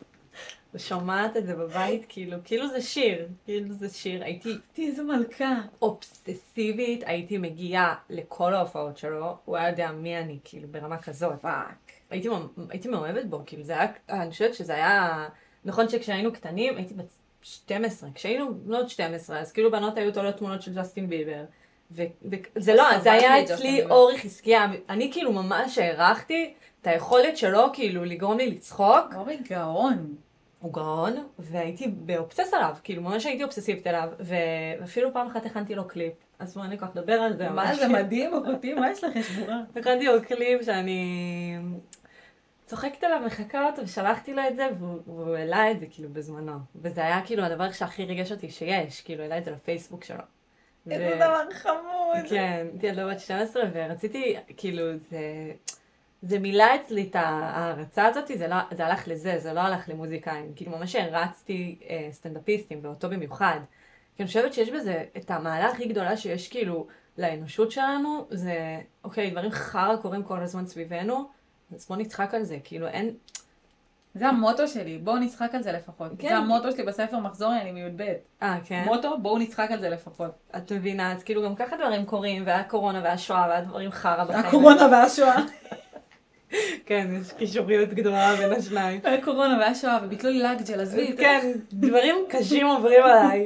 ושומעת את זה בבית, כאילו זה שיר, הייתי איזה מלכה. אובססיבית, הייתי מגיעה לכל ההופעות שלו, הוא היה יודע מי אני, כאילו, ברמה כזאת. הייתי מאוהבת בו, כאילו, זה היה, אני חושבת שזה היה, נכון שכשהיינו קטנים, הייתי בת 12, כשהיינו בנות 12, אז כאילו בנות היו תולות תמונות של ג'סטין ביבר, וזה לא, זה היה אצלי אורי חזקיה, אני כאילו ממש הערכתי את היכולת שלו, כאילו, לגרום לי לצחוק. אורי גאון. הוא גאון, והייתי באובסס עליו, כאילו ממש הייתי אובססיבית עליו, ואפילו פעם אחת הכנתי לו קליפ, אז בואו אני כך לדבר על זה. מה זה מדהים, אחותי, מה יש לך, יש בורה? הכנתי לו קליפ שאני צוחקת עליו, מחכה אותו, ושלחתי לו את זה, והוא העלה את זה כאילו בזמנו. וזה היה כאילו הדבר שהכי ריגש אותי שיש, כאילו העלה את זה לפייסבוק שלו. איזה דבר חמוד. כן, הייתי ילדה בת 12, ורציתי, כאילו, זה מילא אצלי את ההרצה הזאת, זה הלך לזה, זה לא הלך למוזיקאים. כאילו ממש הרצתי סטנדאפיסטים, ואותו במיוחד. כי אני חושבת שיש בזה את המעלה הכי גדולה שיש כאילו לאנושות שלנו, זה, אוקיי, דברים חרא קורים כל הזמן סביבנו, אז בוא נצחק על זה, כאילו אין... זה המוטו שלי, בואו נצחק על זה לפחות. כן. זה המוטו שלי בספר מחזורי, אני מי"ב. כן. מוטו, בואו נצחק על זה לפחות. את מבינה, אז כאילו גם ככה דברים קורים, והיה קורונה והשואה, והיה דברים חרא בחיים. הקורונה והשואה. כן, יש קישוריות גדולה בין השניים. הקורונה והשואה, וביטלו לי לאגג'ל, עזבי. כן, דברים קשים עוברים עליי.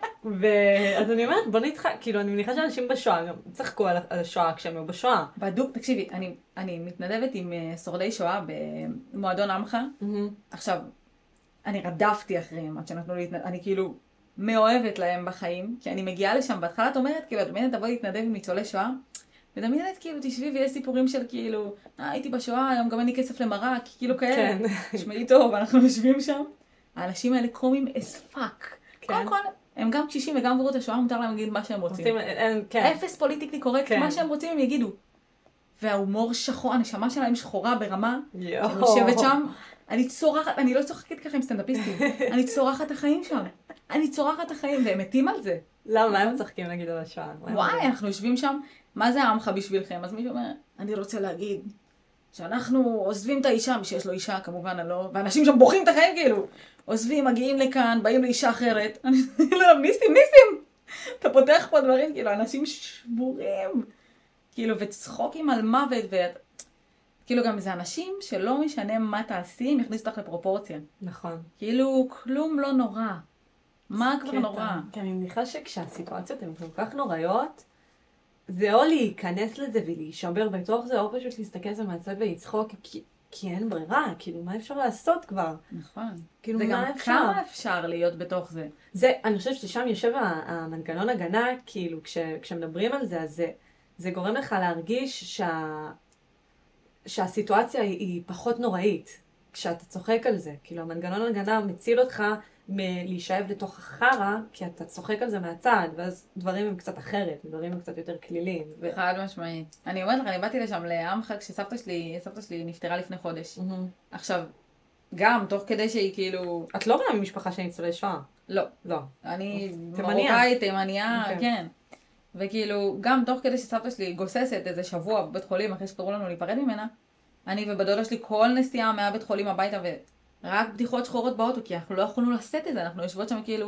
אז אני אומרת, בוא נצחק, כאילו, אני מניחה שאנשים בשואה, גם צחקו על השואה כשהם היו בשואה. בדוק, תקשיבי, אני מתנדבת עם שורדי שואה במועדון עמך. עכשיו, אני רדפתי אחריהם, עד שנתנו לי, אני כאילו מאוהבת להם בחיים, כי אני מגיעה לשם, בהתחלה את אומרת, כאילו, את מדמיינת תבואי להתנדב עם ניצולי שואה, מדמיינת כאילו, תשבי ויש סיפורים של כאילו, הייתי בשואה, היום גם אין לי כסף למרק, כאילו כאלה. כן. שמעי טוב, אנחנו יושבים שם. האנשים האלה קומים as fuck. כן. קודם כל, הם גם קשישים וגם עברו את השואה, מותר להם להגיד מה שהם רוצים. כן. אפס פוליטיקלי קורקט, מה שהם רוצים הם יגידו. וההומור שחור, הנשמה שלהם שחורה ברמה, אני יושבת שם, אני צורחת, אני לא צוחקת ככה עם סטנדאפיסטים, אני צורחת את החיים שם. אני צורחת את החיים, והם מתים על זה. למה הם צוחקים להגיד על השואה? וואי, אנחנו יושבים שם, מה זה העמך בשבילכם? אז מישהו אומר, אני רוצה להגיד שאנחנו עוזבים את האישה, מי שיש לו אישה כמובן, לא, ואנשים שם בוכים את החיים כאילו, עוזבים, מגיעים לכאן, באים לאישה אחרת, אני לא, ניסים, אתה פותח פה דברים, כאילו, אנשים שבורים, כאילו, וצחוקים על מוות, כאילו, גם זה אנשים שלא משנה מה תעשי, הם יכניסו אותך לפרופורציה. נכון. כאילו, כלום לא נורא. מה כבר נורא? כי אני מניחה שכשהסיטואציות הן כל כך נוראיות, זה או להיכנס לזה ולהישבר בתוך זה, או פשוט להסתכל זה מהצד ולצחוק, כי אין ברירה, כאילו, מה אפשר לעשות כבר? נכון. כאילו, זה גם מה אפשר? כמה אפשר להיות בתוך זה. אני חושבת ששם יושב המנגנון הגנה, כאילו, כשמדברים על זה, אז זה גורם לך להרגיש שהסיטואציה היא פחות נוראית, כשאתה צוחק על זה. כאילו, המנגנון הגנה מציל אותך מלהישאב לתוך החרא, כי אתה צוחק על זה מהצד, ואז דברים הם קצת אחרת, דברים הם קצת יותר כלילים. חד משמעית. אני אומרת לך, אני באתי לשם לעמך כשסבתא שלי נפטרה לפני חודש. עכשיו, גם תוך כדי שהיא כאילו... את לא באה ממשפחה של ניצולי שואה? לא. לא. אני מרוקאית, תימניה, כן. וכאילו, גם תוך כדי שסבתא שלי גוססת איזה שבוע בבית חולים, אחרי שקראו לנו להיפרד ממנה, אני ובדודה שלי כל נסיעה מהבית חולים הביתה, ורק בדיחות שחורות באוטו, כי אנחנו לא יכולנו לשאת את זה, אנחנו יושבות שם כאילו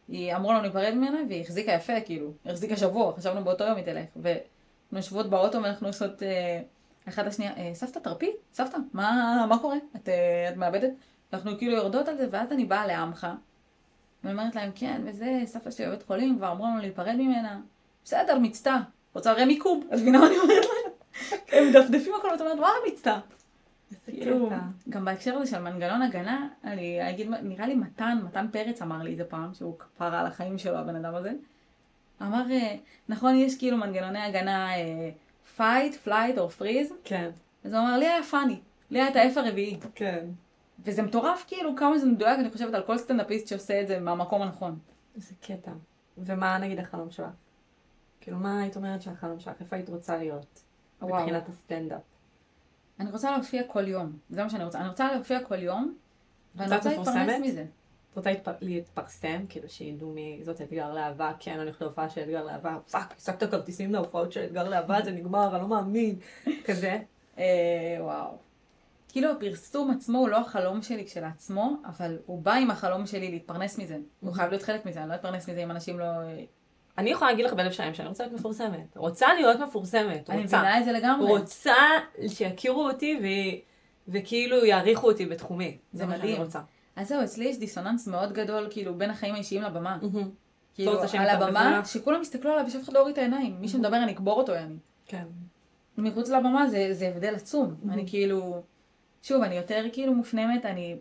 היא אמרו לנו להיפרד ממנה, והיא החזיקה יפה, כאילו. החזיקה שבוע, חשבנו באותו יום היא תלך. ואנחנו יושבות באוטו ואנחנו עושות אחת השנייה, סבתא תרפי? סבתא, מה קורה? את מאבדת? אנחנו כאילו יורדות על זה, ואז אני באה לעמך, ואומרת להם, כן, וזה, סבתא שלי בבית חולים, כבר אמרו לנו להיפרד ממנה. בסדר, מצטה. רוצה רמי קוב? את מבינה מה אני אומרת להם? הם מדפדפים הכל, ואת אומרת, וואלה, מצטה. כאילו, גם בהקשר הזה של מנגנון הגנה, אני אגיד, נראה לי מתן פרץ אמר לי איזה פעם, שהוא כפרה על החיים שלו, הבן אדם הזה. אמר, נכון, יש כאילו מנגנוני הגנה fight, flight or freeze. כן. אז הוא אמר, לי היה פאני, לי היה את האף הרביעי. כן. וזה מטורף כאילו כמה זה מדויק, אני חושבת על כל סטנדאפיסט שעושה את זה מהמקום הנכון. איזה קטע. ומה נגיד החלום שלך? כאילו מה היית אומרת שהחלום שלך? איפה היית רוצה להיות? מבחינת הסטנדאפ. אני רוצה להופיע כל יום, זה מה שאני רוצה. אני רוצה להופיע כל יום, ואני רוצה להתפרנס מזה. את רוצה להתפרסם, כאילו שידעו מי זאת אתגר להבה, כן, אני הולכת להופעה של אתגר להבה, פאק, השגת כרטיסים להופעות של אתגר להבה, זה נגמר, אני לא מאמין, כזה. וואו. כאילו הפרסום עצמו הוא לא החלום שלי כשלעצמו, אבל הוא בא עם החלום שלי להתפרנס מזה. הוא חייב להיות חלק מזה, אני לא אתפרנס מזה אם אנשים לא... אני יכולה להגיד לך בלב שיים שאני רוצה להיות מפורסמת. רוצה להיות מפורסמת. אני מבינה את זה לגמרי. רוצה שיכירו אותי וכאילו יעריכו אותי בתחומי. זה מדהים. אז זהו, אצלי יש דיסוננס מאוד גדול כאילו בין החיים האישיים לבמה. כאילו על הבמה שכולם מסתכלו עליו ושאף אחד לא הוריד את העיניים. מי שמדבר אני אקבור אותו יעני. כן. מחוץ לבמה זה הבדל עצום. אני כאילו... שוב, אני יותר כאילו מופנמת, אני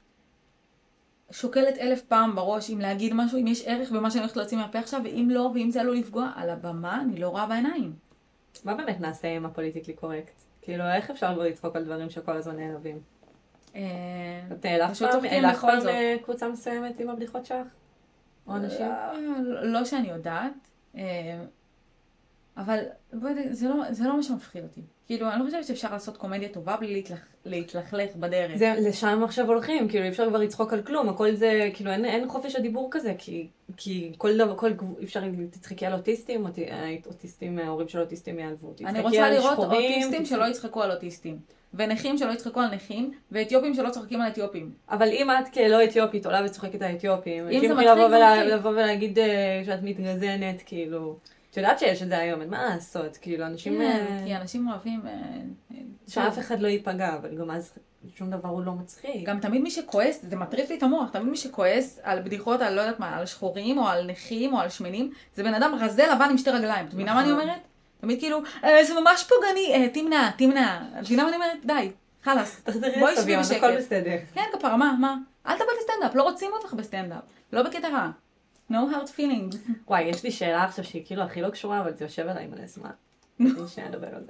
שוקלת 1000 פעם בראש אם להגיד משהו, אם יש ערך במה שאני הולכת להוציא מהפה עכשיו, ואם לא, ואם זה עלול לפגוע על הבמה, אני לא רואה בעיניים. מה באמת נעשה עם הפוליטיקלי קורקט? כאילו, איך אפשר כבר לצחוק על דברים שכל הזמן נעלבים? את העלבת פעם קבוצה מסוימת עם הבדיחות שלך? או אנשים? לא שאני יודעת. אבל זה לא מה שמפחיד אותי. כאילו, אני לא חושבת שאפשר לעשות קומדיה טובה בלי להתלכלך בדרך. זה, לשם עכשיו הולכים, כאילו, אפשר כבר לצחוק על כלום, הכל זה, כאילו, אין חופש הדיבור כזה, כי כל דבר, אפשר תצחקי על אוטיסטים, אוטיסטים, ההורים של אוטיסטים יעלבו אותי. אני רוצה לראות אוטיסטים שלא יצחקו על אוטיסטים, ונכים שלא יצחקו על נכים, ואתיופים שלא צוחקים על אתיופים. אבל אם את כלא אתיופית עולה וצוחקת על האתיופים, אם זה מצחיק, לבוא ולהגיד שאת מתגזנת, כאילו... את יודעת שיש את זה היום, אין מה לעשות, כאילו, אנשים... כי אנשים אוהבים... שאף אחד לא ייפגע, אבל גם אז שום דבר הוא לא מצחיק. גם תמיד מי שכועס, זה מטריף לי את המוח, תמיד מי שכועס על בדיחות, על לא יודעת מה, על שחורים, או על נכים, או על שמנים, זה בן אדם רזה לבן עם 2 רגליים. את מבינה מה אני אומרת? תמיד כאילו, זה ממש פוגעני, תמנע. את מבינה מה אני אומרת? די, חלאס. תחזרי לסביון, הכל בסדר. כן, כפרה, מה? אל תבוא לסטנדאפ, לא רוצים אותך בסטנדאפ. לא בקטע רע. No hard feelings. וואי, יש לי שאלה עכשיו שהיא כאילו הכי לא קשורה, אבל זה יושב עליי מלא זמן. אני שנייה לדבר על זה.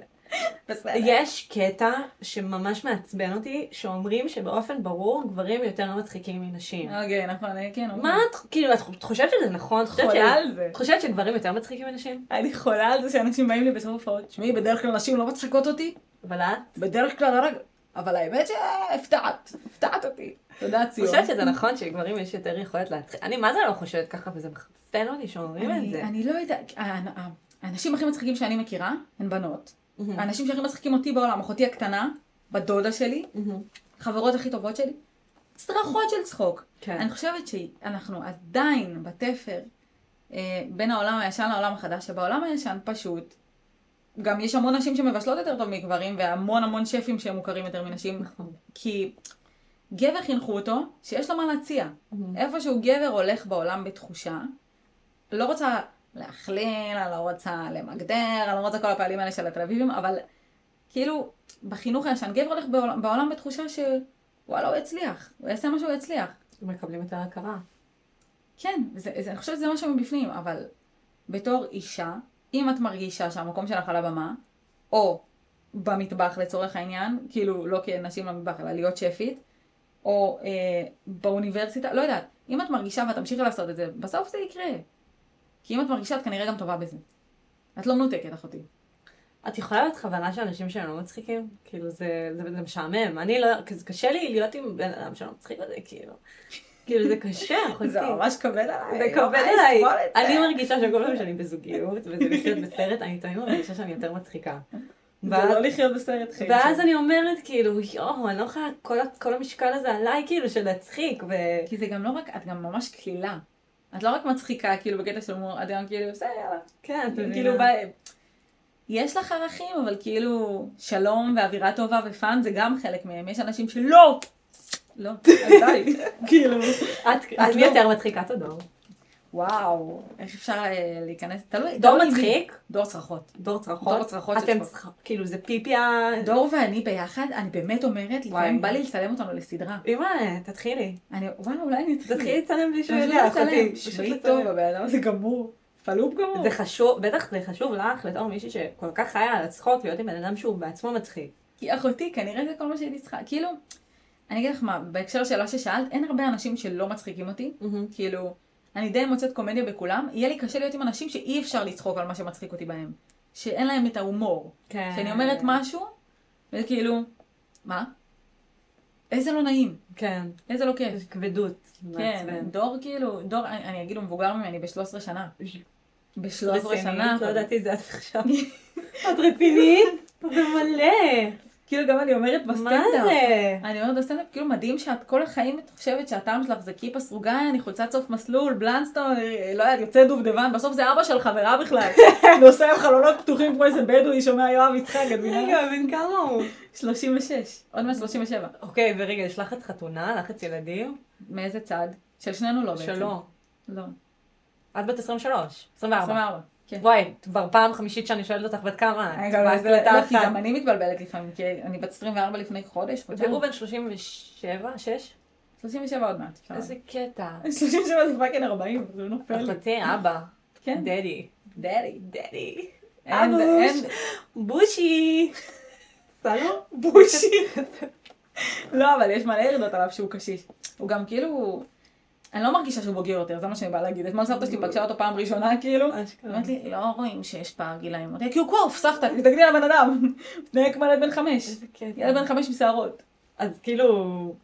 יש קטע שממש מעצבן אותי, שאומרים שבאופן ברור גברים יותר מצחיקים מנשים. אוקיי, נכון, כן. מה את, כאילו, את חושבת שזה נכון? חולה על זה. את חושבת שגברים יותר מצחיקים מנשים? אני חולה על זה שאנשים באים לי בסוף הופעות. שמעי, בדרך כלל נשים לא מצחיקות אותי. אבל את? בדרך כלל הרגע. אבל האמת שהפתעת אותי. תודה ציון. אני חושבת שזה נכון שגברים יש יותר יכולת להצחיק. אני מה זה לא חושבת ככה, וזה מחפן אותי שאומרים את זה. אני לא יודעת, האנשים הכי מצחיקים שאני מכירה הן בנות. האנשים שהכי מצחיקים אותי בעולם, אחותי הקטנה, בדודה שלי, חברות הכי טובות שלי, צרחות של צחוק. אני חושבת שאנחנו עדיין בתפר בין העולם הישן לעולם החדש, שבעולם הישן פשוט, גם יש המון נשים שמבשלות יותר טוב מגברים, והמון שפים שהם מוכרים יותר מנשים, כי גבר חינכו אותו שיש לו מה להציע. איפשהו גבר הולך בעולם בתחושה, לא רוצה להכליל, אני לא רוצה למגדר, אני לא רוצה כל הפעלים האלה של התל אביבים, אבל כאילו בחינוך הישן גבר הולך בעולם בתחושה שוואלה הוא יצליח, הוא יעשה משהו הוא יצליח. מקבלים יותר הכרה. כן, אני חושבת שזה משהו מבפנים, אבל בתור אישה, אם את מרגישה שהמקום שלך על הבמה, או במטבח לצורך העניין, כאילו לא כנשים במטבח, אלא להיות שפית, או באוניברסיטה, לא יודעת, אם את מרגישה ואת תמשיכי לעשות את זה, בסוף זה יקרה. כי אם את מרגישה, את כנראה גם טובה בזה. את לא מנותקת, אחותי. את יכולה להיות חבלה של אנשים שהם לא מצחיקים? כאילו, זה משעמם. אני לא, קשה לי להיות עם בן אדם שלא מצחיק את זה, כאילו. כאילו, זה קשה, אחותי. זה ממש כבד עליי. זה כבד עליי. אני מרגישה שכל פעם שאני בזוגיות, וזה לחיות בסרט, אני תמיד מרגישה שאני יותר מצחיקה. זה לא לחיות בסרט חיים. ואז אני אומרת, כאילו, אני לא יכולה, כל המשקל הזה עליי, כאילו, של להצחיק. כי זה גם לא רק, את גם ממש כלילה. את לא רק מצחיקה, כאילו, בקטע של הומור, את גם כאילו, בסדר, יאללה. כן, את כאילו, מבינה. יש לך ערכים, אבל כאילו, שלום ואווירה טובה ופאן זה גם חלק מהם. יש אנשים שלא! לא, אז די. כאילו. את מי יותר מצחיקה את הדור? וואו, איך אפשר להיכנס? תלוי. דור מצחיק? דור צרחות. דור צרחות? דור צרחות אתם של צחוק. כאילו זה פיפיה... דור ואני ביחד, אני באמת אומרת, לפעמים בא לי לצלם אותנו לסדרה. אמא, תתחילי. וואו, אולי אני אתחיל. תתחילי לצלם בלי שהוא אני יודע, לא אצלם. אחותי. שבי טוב, הבן אדם הזה גמור. פלופ גמור. זה חשוב, בטח זה חשוב לך, לתור מישהי שכל כך חיה על הצחוק, להיות עם בן אדם שהוא בעצמו מצחיק. כי אחותי, כנראה זה כל מה שהייתי צריכה. כאילו, אני אגיד לך מה, בהקשר לשאלה ששאלת, אין הרבה אנשים שלא מצחיקים אותי. כאילו, אני די מוצאת קומדיה בכולם. יהיה לי קשה להיות עם אנשים שאי אפשר לצחוק על מה שמצחיק אותי בהם. שאין להם את ההומור. כן. שאני אומרת משהו, וכאילו, מה? איזה לא נעים. כן. איזה לא כיף. יש כבדות. כן, דור כאילו, דור, אני אגיד, הוא מבוגר ממני ב-13 שנה. ב-13 שנה. לא ידעתי את זה עד עכשיו. את רצינית? זה מלא. כאילו גם אני אומרת בסטנדאפ. מה זה? אני אומרת בסטנדאפপ, כאילו מדהים שאת כל החיים חושבת שהטעם שלך זה כיפה סרוגן, חולצת סוף מסלול, בלנסטון, לא יודעת, יוצא דובדבן, בסוף זה אבא של חברה בכלל. נוסע עם חלונות פתוחים כמו איזה בדואי, שומע יואב יצחק, את מבינה? רגע, בן כמה הוא? 36, עוד מעט 37. אוקיי, ורגע, יש לחץ חתונה, לחץ ילדים? מאיזה צד? של שנינו לא בעצם. שלא. לא. את בת 23, 24. 24. כן. וואי, כבר פעם חמישית שאני שואלת אותך בת כמה. כי גם אני מתבלבלת לפעמים, כי אני בת 24 לפני חודש. והוא בן 37, 6? 37 עוד מעט. איזה קטע. 37 זה פאקינג 40, זה נופל לי. אחותי, אבא. כן. דדי. דדי. דדי. אבוש. בושי. סלו? בושי. לא, אבל יש מלא ירידות עליו שהוא קשיש. הוא גם כאילו... אני לא מרגישה שהוא בוגר יותר, זה מה שאני באה להגיד. אתמול סבתא שלי פגשה אותו פעם ראשונה, כאילו. אמרת לי, לא רואים שיש פער גילאים. אמרתי, כי הוא קוף, סבתא, תסתכלי על הבן אדם. תנהג כמו ילד בן 5. ילד בן 5 משערות. אז כאילו...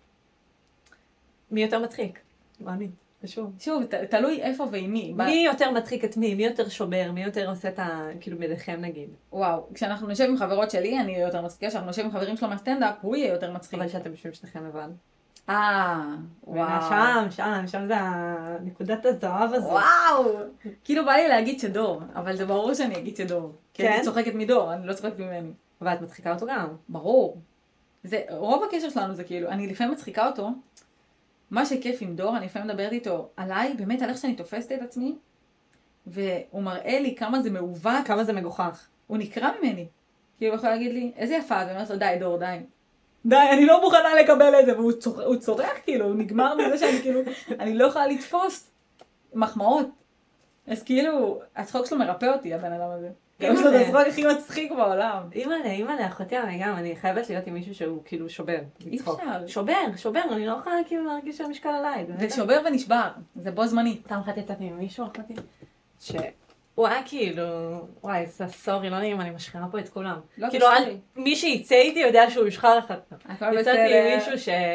מי יותר מצחיק? מה אני? חשוב. שוב, תלוי איפה ועם מי. מי יותר מצחיק את מי? מי יותר שובר? מי יותר עושה את ה... כאילו ביניכם נגיד? וואו, כשאנחנו נשב עם חברות שלי, אני אהיה יותר מצחיקה. כשאנחנו נשב עם חברים שלו מהסטנדאפ, הוא יהיה יותר מצחיק. אבל שאתם יושבים שניכם לבד. וואו. שם זה הנקודת הזהב הזאת. וואו! כאילו בא לי להגיד שדור, אבל זה ברור שאני אגיד שדור. כי כן? אני צוחקת מדור, אני לא צוחקת ממני. ואת מצחיקה אותו גם. ברור. רוב הקשר שלנו זה כאילו, אני לפעמים מצחיקה אותו, מה שכיף עם דור, אני לפעמים מדברת איתו עליי, באמת על איך שאני תופסת את עצמי, והוא מראה לי כמה זה מעוות. כמה זה מגוחך. הוא נקרא ממני. כאילו הוא יכול להגיד לי, איזה יפה, ואני אומרת לו, די דור, די. די, אני לא מוכנה לקבל את זה, והוא צורח כאילו, הוא נגמר מזה שאני כאילו, אני לא יכולה לתפוס מחמאות. אז כאילו, הצחוק שלו מרפא אותי, הבן אדם הזה. יש לו את הצחוק הכי מצחיק בעולם. אימא'לה, אחותי, אני חייבת להיות עם מישהו שהוא כאילו שובר. אי אפשר. שובר, אני לא יכולה כאילו להרגיש שהמשקל עליי. זה שובר ונשבר, זה בו זמני. פעם אחת יצאתי עם מישהו, אחותי, שהוא היה כאילו, וואי, סורי, לא נעים, אני משחררה פה את כולם. לא, כאילו, מי שיצא איתי יודע שהוא ישחרר אחת. יצאתי עם מישהו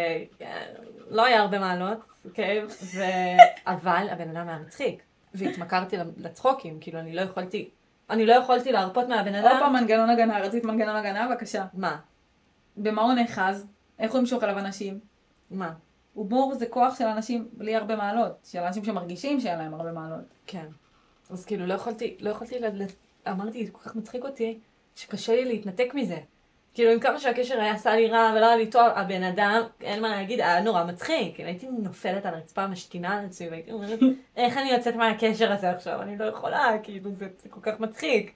שלא היה הרבה מעלות, אוקיי? אבל הבן אדם היה מצחיק. והתמכרתי לצחוקים, כאילו, אני לא יכולתי להרפות מהבן אדם. עוד פעם מנגנון הגנה, רצית מנגנון הגנה, בבקשה. מה? במה הוא נאחז? איך הוא ימשוך עליו אנשים? מה? הומור זה כוח של אנשים בלי הרבה מעלות, של אנשים שמרגישים שאין להם הרבה מעלות. כן. אז כאילו, לא יכולתי, אמרתי, זה כל כך מצחיק אותי, שקשה לי להתנתק מזה. כאילו, עם כמה שהקשר היה עשה לי רע ולא היה לי טוב, הבן אדם, אין מה להגיד, היה נורא מצחיק. כאילו, הייתי נופלת על הרצפה, משתינה על עצמי, והייתי אומרת, איך אני יוצאת מהקשר הזה עכשיו? אני לא יכולה, כאילו, זה כל כך מצחיק.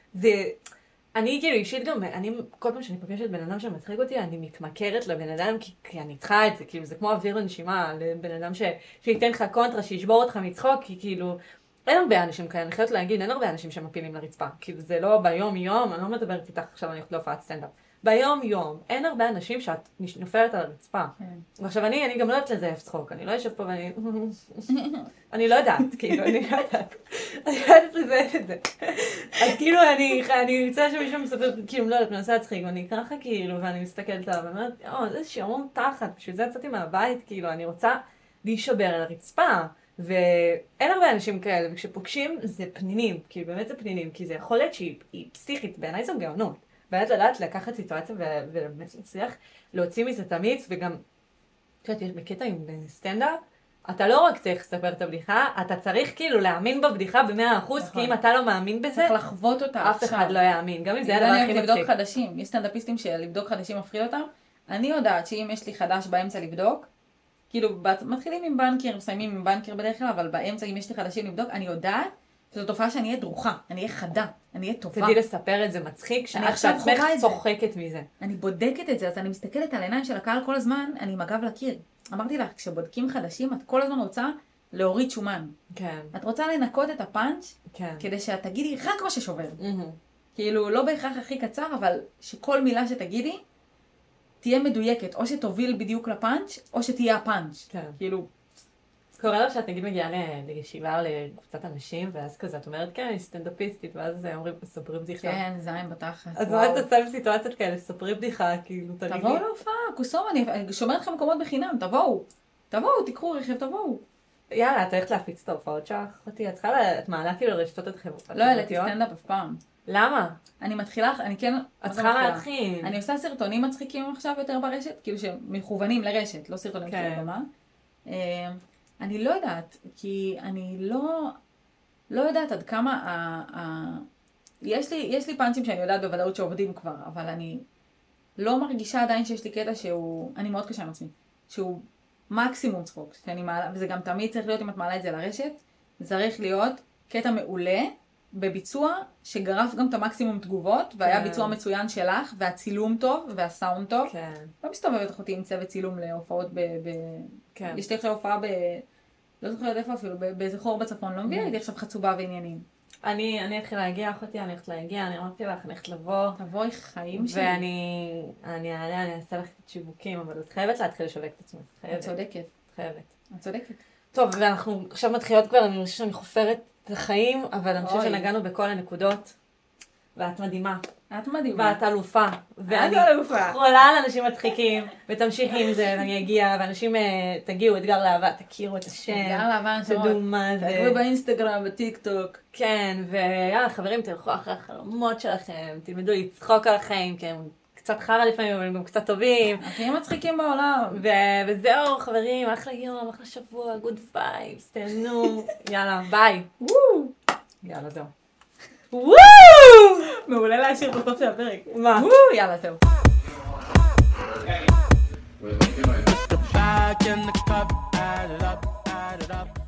אני כאילו אישית גם, כל פעם שאני פוגשת בן אדם שמצחיק אותי, אני מתמכרת לבן אדם, כי אני צריכה את זה, כאילו, זה כמו אוויר לנשימה, לבן אדם שייתן לך קונטרה, שישבור אותך מצחוק, כי כאילו, אין הרבה אנשים כאלה, אני חייבת להגיד, אין הרבה אנשים שמפילים לרצפה. כאילו, זה לא ביום-יום, אני לא מדברת איתך עכשיו, אני הולכת להופעת סטנדאפ. ביום-יום, אין הרבה אנשים שאת נופלת על הרצפה. ועכשיו, אני גם לא יודעת לזייף צחוק, אני לא יושב פה ואני... אני לא יודעת, כאילו, אני לא יודעת לזייף את זה. אז כאילו, אני רוצה שמישהו מספר, כאילו, לא יודעת, מנסה להצחיק, ואני ככה כאילו, ואני מסתכלת עליו, ואומרת, זה שעמום תחת, בשביל זה יצאתי מהבית, כאילו, אני רוצה להישבר על הרצפה. ואין הרבה אנשים כאלה, וכשפוגשים זה פנינים, כאילו באמת זה פנינים, כי זה יכול להיות שהיא פסיכית, בעיניי זו גאונות. באמת לדעת לקחת סיטואציה ובאמת להצליח להוציא מזה תמיץ, וגם, את יודעת, יש בקטע עם סטנדאפ, אתה לא רק צריך לספר את הבדיחה, אתה צריך כאילו להאמין בבדיחה ב100%, כי אם אתה לא מאמין בזה, צריך לחוות אותה אף אחד לא יאמין, גם אם זה הדבר הכי מצחיק. לבדוק חדשים, יש סטנדאפיסטים שלבדוק חדשים מפחיד אותם. אני יודעת שאם יש לי חדש באמצע לבדוק, כאילו מתחילים עם בנקר, מסיימים עם בנקר בדרך כלל, אבל באמצע אם יש לי חדשים לבדוק, אני יודעת שזו תופעה שאני אהיה דרוכה, אני אהיה חדה, אני אהיה טובה. תדעי לספר את זה מצחיק, שאת עצמך צוחקת מזה. אני בודקת את זה, אז אני מסתכלת על העיניים של הקהל כל הזמן, אני עם הגב לקיר. אמרתי לך, כשבודקים חדשים, את כל הזמן רוצה להוריד שומן. כן. את רוצה לנקות את הפאנץ', כן. כדי שאת תגידי רק מה ששובר. כאילו, לא בהכרח הכי קצר, אבל שכל מילה שתגידי, תהיה מדויקת, או שתוביל בדיוק לפאנץ', או שתהיה הפאנץ'. כן. כאילו... קורה לך שאת נגיד מגיעה לישיבה או לקבוצת אנשים, ואז כזה, את אומרת, כן, אני סטנדאפיסטית, ואז אומרים, ספרי בדיחה. כן, זין בתחת. אז מה את עושה בסיטואציות כאלה? ספרי בדיחה, כאילו, תגידי. תבואו להופעה, קוסום, אני שומרת לכם מקומות בחינם, תבואו, תיקחו רכב, תבואו. יאללה, את הולכת להפיץ את ההופעות שלך, אחותי, את מעלה כאילו לרשתות את חברות. לא העליתי סטנדאפ אף פעם. למה? אני מתחילה, אני כן... את צריכה להתחיל. אני עושה סרטונים מצחיקים עכשיו יותר ברשת, כאילו שמכוונים לרשת, לא סרטונים של במה. אני לא יודעת, כי אני לא יודעת עד כמה יש לי פאנצ'ים שאני יודעת בוודאות שעובדים כבר, אבל אני לא מרגישה עדיין שיש לי קטע שהוא, אני מאוד קשה עם עצמי, שהוא מקסימום צחוק, שאני מעלה, וזה גם תמיד צריך להיות אם את מעלה את זה לרשת, צריך להיות קטע מעולה, בביצוע שגרף גם את המקסימום תגובות, והיה ביצוע מצוין שלך, והצילום טוב, והסאונד טוב. כן. לא מסתובבת אחותי עם צוות צילום להופעות כן. יש לי עכשיו הופעה לא זוכרת איפה אפילו, באיזה חור בצפון, לא מביאה, הייתי עכשיו חצובה ועניינים. אני אתחיל להגיע, אחותי, אני הולכת להגיע, אני אמרתי לך, אני הולכת לבוא. תבואי חיים שלי. ואני אעשה לך את שיווקים, אבל את חייבת להתחיל לשווק את עצמך. את צודקת. את צודקת. טוב, ואנחנו עכשיו מתחילות כבר, אני חושבת שאני חופרת את החיים, אבל אני חושבת שנגענו בכל הנקודות, ואת מדהימה. את מדהימה. ואת אלופה. ואני חולה על אנשים מצחיקים, ותמשיכי עם זה, ואני אגיע, ואנשים תגיעו, אתגר לאהבה, תכירו את השם. אתגר לאהבה, תדעו מה זה. תגעו באינסטגרם, בטיק טוק. כן, ויאללה, חברים, תלכו אחרי החלומות שלכם, תלמדו לצחוק על החיים, כי הם קצת חרא לפעמים, אבל הם גם קצת טובים. הכי מצחיקים בעולם. וזהו, חברים, אחלה יום, אחלה שבוע, גוד וייבס, תהנו. יאללה, ביי. יאללה, זהו. וואו! מעולה להשאיר בסוף של הפרק. מה? יאללה, זהו. The back in the cup, add it up, add it up.